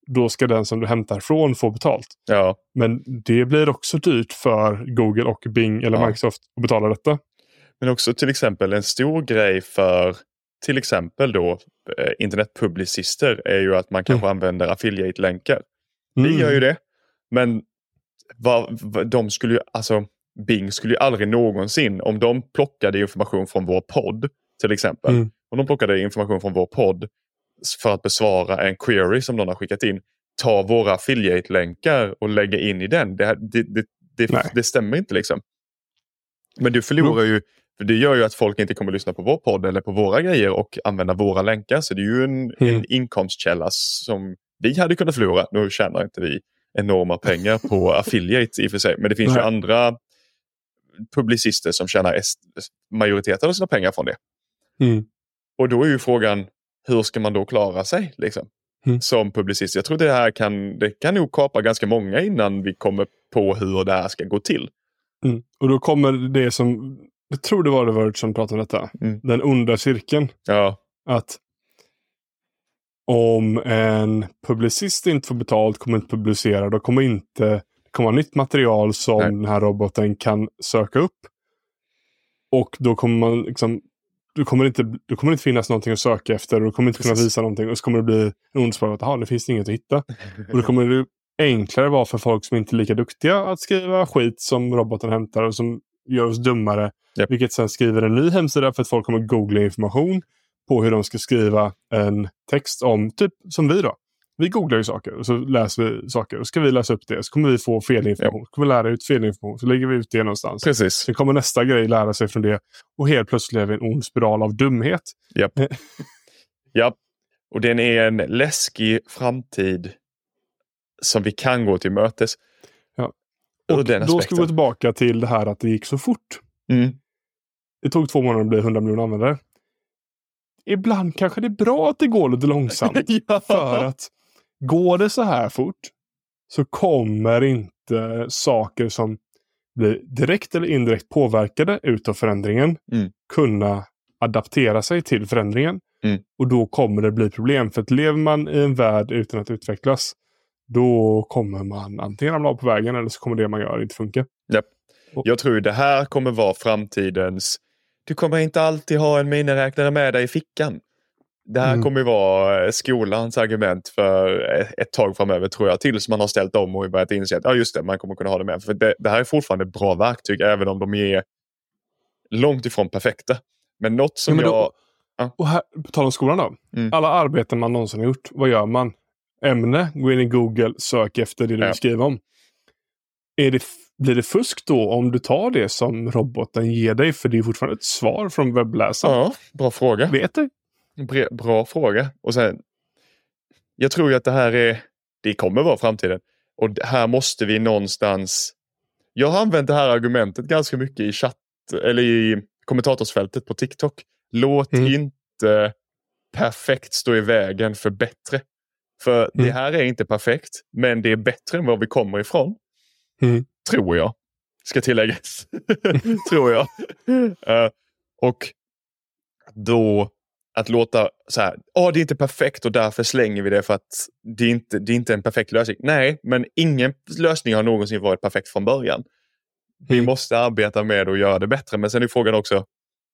[SPEAKER 2] då ska den som du hämtar från få betalt.
[SPEAKER 1] Ja.
[SPEAKER 2] Men det blir också dyrt för Google och Bing eller Microsoft att betala detta.
[SPEAKER 1] Men också till exempel en stor grej för till exempel då internetpublicister är ju att man kanske använder affiliate-länkar. Vi gör ju det. Men de skulle ju, alltså Bing skulle ju aldrig någonsin, om de plockade information från vår podd till exempel. Om de plockade information från vår podd för att besvara en query som de har skickat in, ta våra affiliate-länkar och lägga in i den. Det stämmer inte liksom. Men du förlorar ju, för det gör ju att folk inte kommer att lyssna på vår podd eller på våra grejer och använda våra länkar. Så det är ju en inkomstkälla som vi hade kunnat förlora. Nu tjänar inte vi enorma pengar på affiliate i och för sig. Men det finns ju andra publicister som tjänar majoriteten av sina pengar från det. Och då är ju frågan, hur ska man då klara sig liksom? Som publicist? Jag tror det kan nog kapa ganska många innan vi kommer på hur det här ska gå till.
[SPEAKER 2] Och då kommer det som, jag tror det var The Verge som pratade om detta. Den onda cirkeln.
[SPEAKER 1] Ja.
[SPEAKER 2] Att om en publicist inte får betalt, kommer inte publicera, då kommer det kommer nytt material som den här roboten kan söka upp. Och då kommer man liksom, då kommer det inte finnas någonting att söka efter, och du kommer inte kunna visa någonting, och så kommer det bli en ond spiral att det finns inget att hitta. Och då kommer det enklare vara för folk som inte är lika duktiga att skriva skit som roboten hämtar och som gör oss dummare. Vilket sen skriver en ny hemsida för att folk kommer googla information på hur de ska skriva en text om, typ som vi då. Vi googlar ju saker och så läser vi saker och ska vi läsa upp det så kommer vi få fel information. Så kommer vi lära ut fel information så lägger vi ut det någonstans.
[SPEAKER 1] Precis.
[SPEAKER 2] Sen kommer nästa grej lära sig från det och helt plötsligt är vi en ond spiral av dumhet.
[SPEAKER 1] Japp. Och den är en läskig framtid som vi kan gå till mötes.
[SPEAKER 2] Ja. Och då ska vi gå tillbaka till det här att det gick så fort. Det tog 2 månader att bli 100 miljoner användare. Ibland kanske det är bra att det går lite långsamt. För att går det så här fort så kommer inte saker som blir direkt eller indirekt påverkade utav förändringen kunna adaptera sig till förändringen. Och då kommer det bli problem. För att lever man i en värld utan att utvecklas, då kommer man antingen ramla av på vägen eller så kommer det man gör inte funka.
[SPEAKER 1] Yep. Jag tror det här kommer vara framtidens. Du kommer inte alltid ha en miniräknare med dig i fickan. Det här kommer ju vara skolans argument för ett tag framöver, tror jag, tills man har ställt om och börjat inse att just det, man kommer kunna ha det med. För det här är fortfarande bra verktyg, även om de är långt ifrån perfekta. Men något som
[SPEAKER 2] Och här, på tal om skolan då. Alla arbeten man någonsin har gjort, vad gör man? Ämne, gå in i Google, sök efter det du vill skriva om. Blir det fusk då om du tar det som roboten ger dig? För det är fortfarande ett svar från webbläsaren.
[SPEAKER 1] Ja, bra fråga.
[SPEAKER 2] Vet du?
[SPEAKER 1] Bra fråga. Och sen, jag tror ju att det kommer vara framtiden. Och här måste vi någonstans. Jag har använt det här argumentet ganska mycket i chatt eller i kommentatorsfältet på TikTok. Låt inte perfekt stå i vägen för bättre. För det här är inte perfekt, men det är bättre än var vi kommer ifrån. Tror jag. Ska tilläggas. Tror jag. Och då att låta så här, det är inte perfekt och därför slänger vi det för att det är inte en perfekt lösning. Nej, men ingen lösning har någonsin varit perfekt från början. Vi måste arbeta med att göra det bättre. Men sen är frågan också,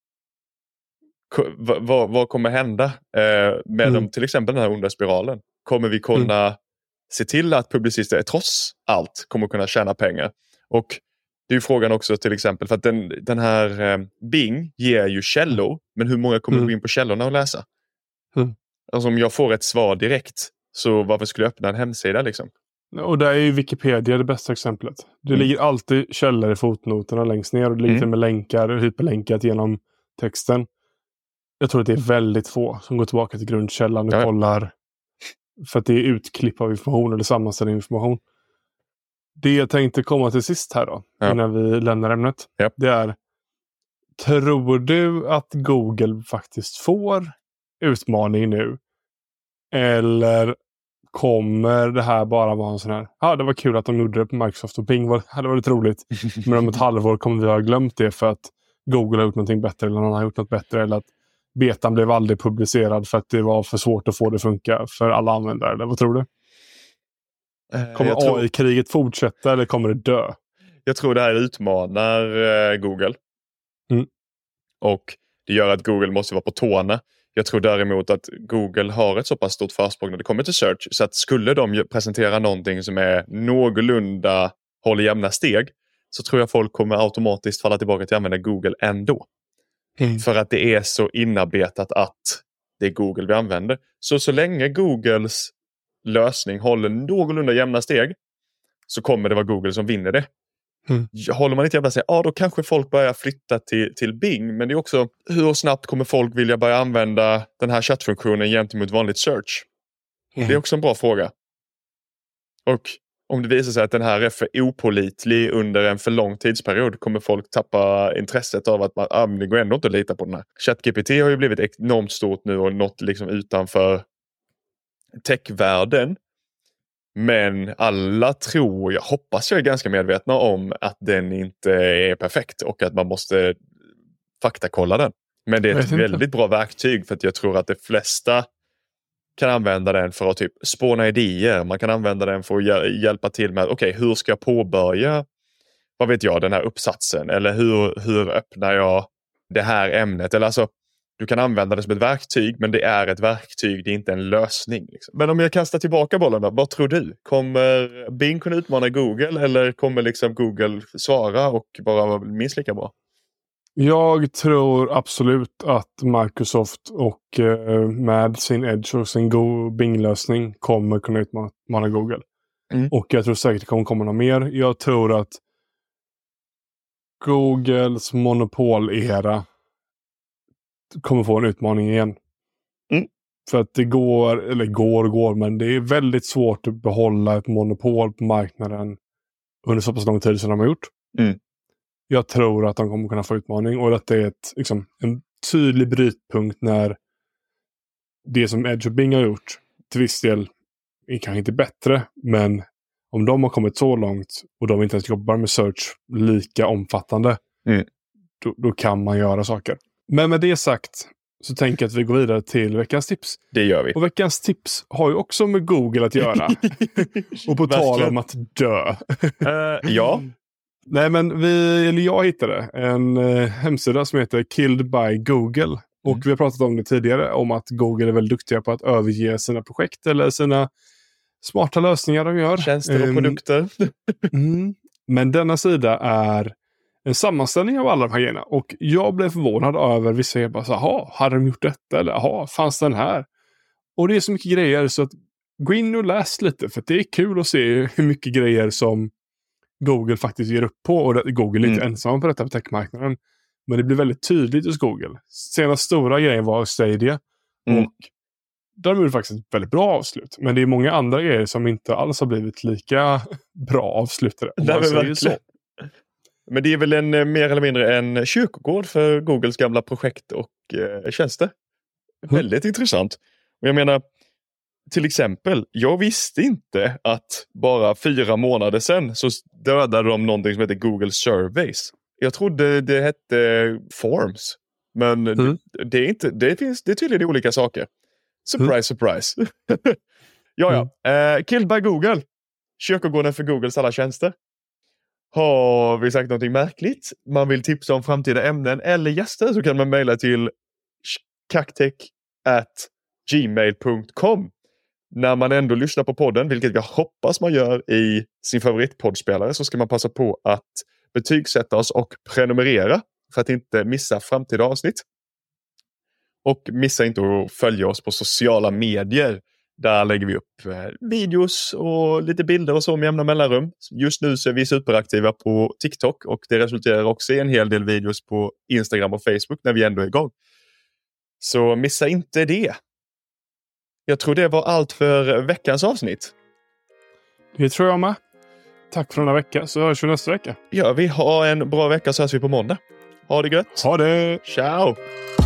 [SPEAKER 1] vad kommer hända med till exempel den här onda spiralen? Kommer vi kunna se till att publicister trots allt kommer kunna tjäna pengar? Och det är ju frågan också till exempel, för att den här Bing ger ju källor, men hur många kommer gå in på källorna och läsa? Alltså om jag får ett svar direkt, så varför skulle jag öppna en hemsida liksom?
[SPEAKER 2] Och där är ju Wikipedia det bästa exemplet. Det ligger alltid källor i fotnoterna längst ner och det ligger med länkar och hyperlänkat genom texten. Jag tror att det är väldigt få som går tillbaka till grundkällan och kollar, för att det är utklipp av information eller sammanställd information. Det jag tänkte komma till sist här då, innan vi lämnar ämnet, det är, tror du att Google faktiskt får utmaning nu? Eller kommer det här bara vara en sån här, det var kul att de gjorde det på Microsoft och Bing, det hade varit roligt. Men om ett halvår kommer vi ha glömt det för att Google har gjort någonting bättre eller någon har gjort något bättre, eller att betan blev aldrig publicerad för att det var för svårt att få det funka för alla användare, eller vad tror du? Kommer AI-kriget fortsätta eller kommer det dö?
[SPEAKER 1] Jag tror det här utmanar Google. Och det gör att Google måste vara på tårna. Jag tror däremot att Google har ett så pass stort försprång när det kommer till search. Så att skulle de presentera någonting som är någorlunda håller jämna steg, så tror jag folk kommer automatiskt falla tillbaka till att använda Google ändå. För att det är så inarbetat att det är Google vi använder. Så länge Googles lösning håller någorlunda jämna steg, så kommer det vara Google som vinner det. Håller man inte jämna steg, då kanske folk börjar flytta till Bing. Men det är också, hur snabbt kommer folk vilja börja använda den här chattfunktionen gentemot vanligt search? Det är också en bra fråga. Och om det visar sig att den här är för opålitlig under en för lång tidsperiod, kommer folk tappa intresset av att det går ändå inte att lita på den här. ChatGPT har ju blivit enormt stort nu och nått liksom utanför techvärlden. Men alla jag hoppas jag är ganska medvetna om att den inte är perfekt och att man måste faktakolla den. Men det är ett väldigt bra verktyg, för att jag tror att de flesta kan använda den för att typ spåna idéer. Man kan använda den för att hjälpa till med hur ska jag påbörja, vad vet jag, den här uppsatsen, eller hur öppnar jag det här ämnet, eller alltså du kan använda det som ett verktyg, men det är ett verktyg, det är inte en lösning liksom. Men om jag kastar tillbaka bollen då, vad tror du? Kommer Bing kunna utmana Google, eller kommer liksom Google svara och bara vara minst lika bra?
[SPEAKER 2] Jag tror absolut att Microsoft och med sin Edge och sin Bing-lösning kommer kunna utmana Google. Och jag tror säkert det kommer komma något mer. Jag tror att Googles monopolera kommer få en utmaning igen. För att det går, men det är väldigt svårt att behålla ett monopol på marknaden under så pass lång tid som de har gjort. Jag tror att de kommer kunna få utmaning, och att det är en tydlig brytpunkt när det som Edge och Bing har gjort till viss del är kanske inte bättre, men om de har kommit så långt och de inte ens jobbar med search lika omfattande, då kan man göra saker. Men med det sagt så tänker jag att vi går vidare till veckans tips.
[SPEAKER 1] Det gör vi.
[SPEAKER 2] Och veckans tips har ju också med Google att göra. Och på tal om att dö.
[SPEAKER 1] Ja.
[SPEAKER 2] Nej, men jag hittade en hemsida som heter Killed by Google. Och vi har pratat om det tidigare, om att Google är väldigt duktiga på att överge sina projekt eller sina smarta lösningar de gör.
[SPEAKER 1] Tjänster och produkter.
[SPEAKER 2] Men denna sida är en sammanställning av alla de här grejerna. Och jag blev förvånad över vissa. Jag bara hade de gjort detta? Eller fanns den här? Och det är så mycket grejer så att gå in och läs lite. För det är kul att se hur mycket grejer som Google faktiskt ger upp på. Och Google är inte ensam på detta på techmarknaden. Men det blir väldigt tydligt hos Google. Senast stora grejen var Stadia. Och där är det faktiskt ett väldigt bra avslut. Men det är många andra grejer som inte alls har blivit lika bra avslutade.
[SPEAKER 1] Men det är väl mer eller mindre en kyrkogård för Googles gamla projekt och tjänster. Väldigt intressant. Och jag menar, till exempel, jag visste inte att bara 4 månader sedan så dödade de någonting som heter Google Surveys. Jag trodde det hette Forms. Men det är inte, det är tydligen olika saker. Surprise, surprise. Killed by Google. Kyrkogården för Googles alla tjänster. Har vi sagt någonting märkligt? Man vill tipsa om framtida ämnen eller gäster, så kan man mejla till kaktech@gmail.com. När man ändå lyssnar på podden, vilket jag hoppas man gör i sin favoritpoddspelare, så ska man passa på att betygsätta oss och prenumerera för att inte missa framtida avsnitt. Och missa inte att följa oss på sociala medier. Där lägger vi upp videos och lite bilder och så med jämna mellanrum. Just nu så är vi superaktiva på TikTok, och det resulterar också i en hel del videos på Instagram och Facebook när vi ändå är igång. Så missa inte det. Jag tror det var allt för veckans avsnitt.
[SPEAKER 2] Det tror jag med. Tack för den här veckan, så hörs vi nästa vecka.
[SPEAKER 1] Ja, vi har en bra vecka, så hörs vi på måndag. Ha det gött.
[SPEAKER 2] Ha det.
[SPEAKER 1] Ciao.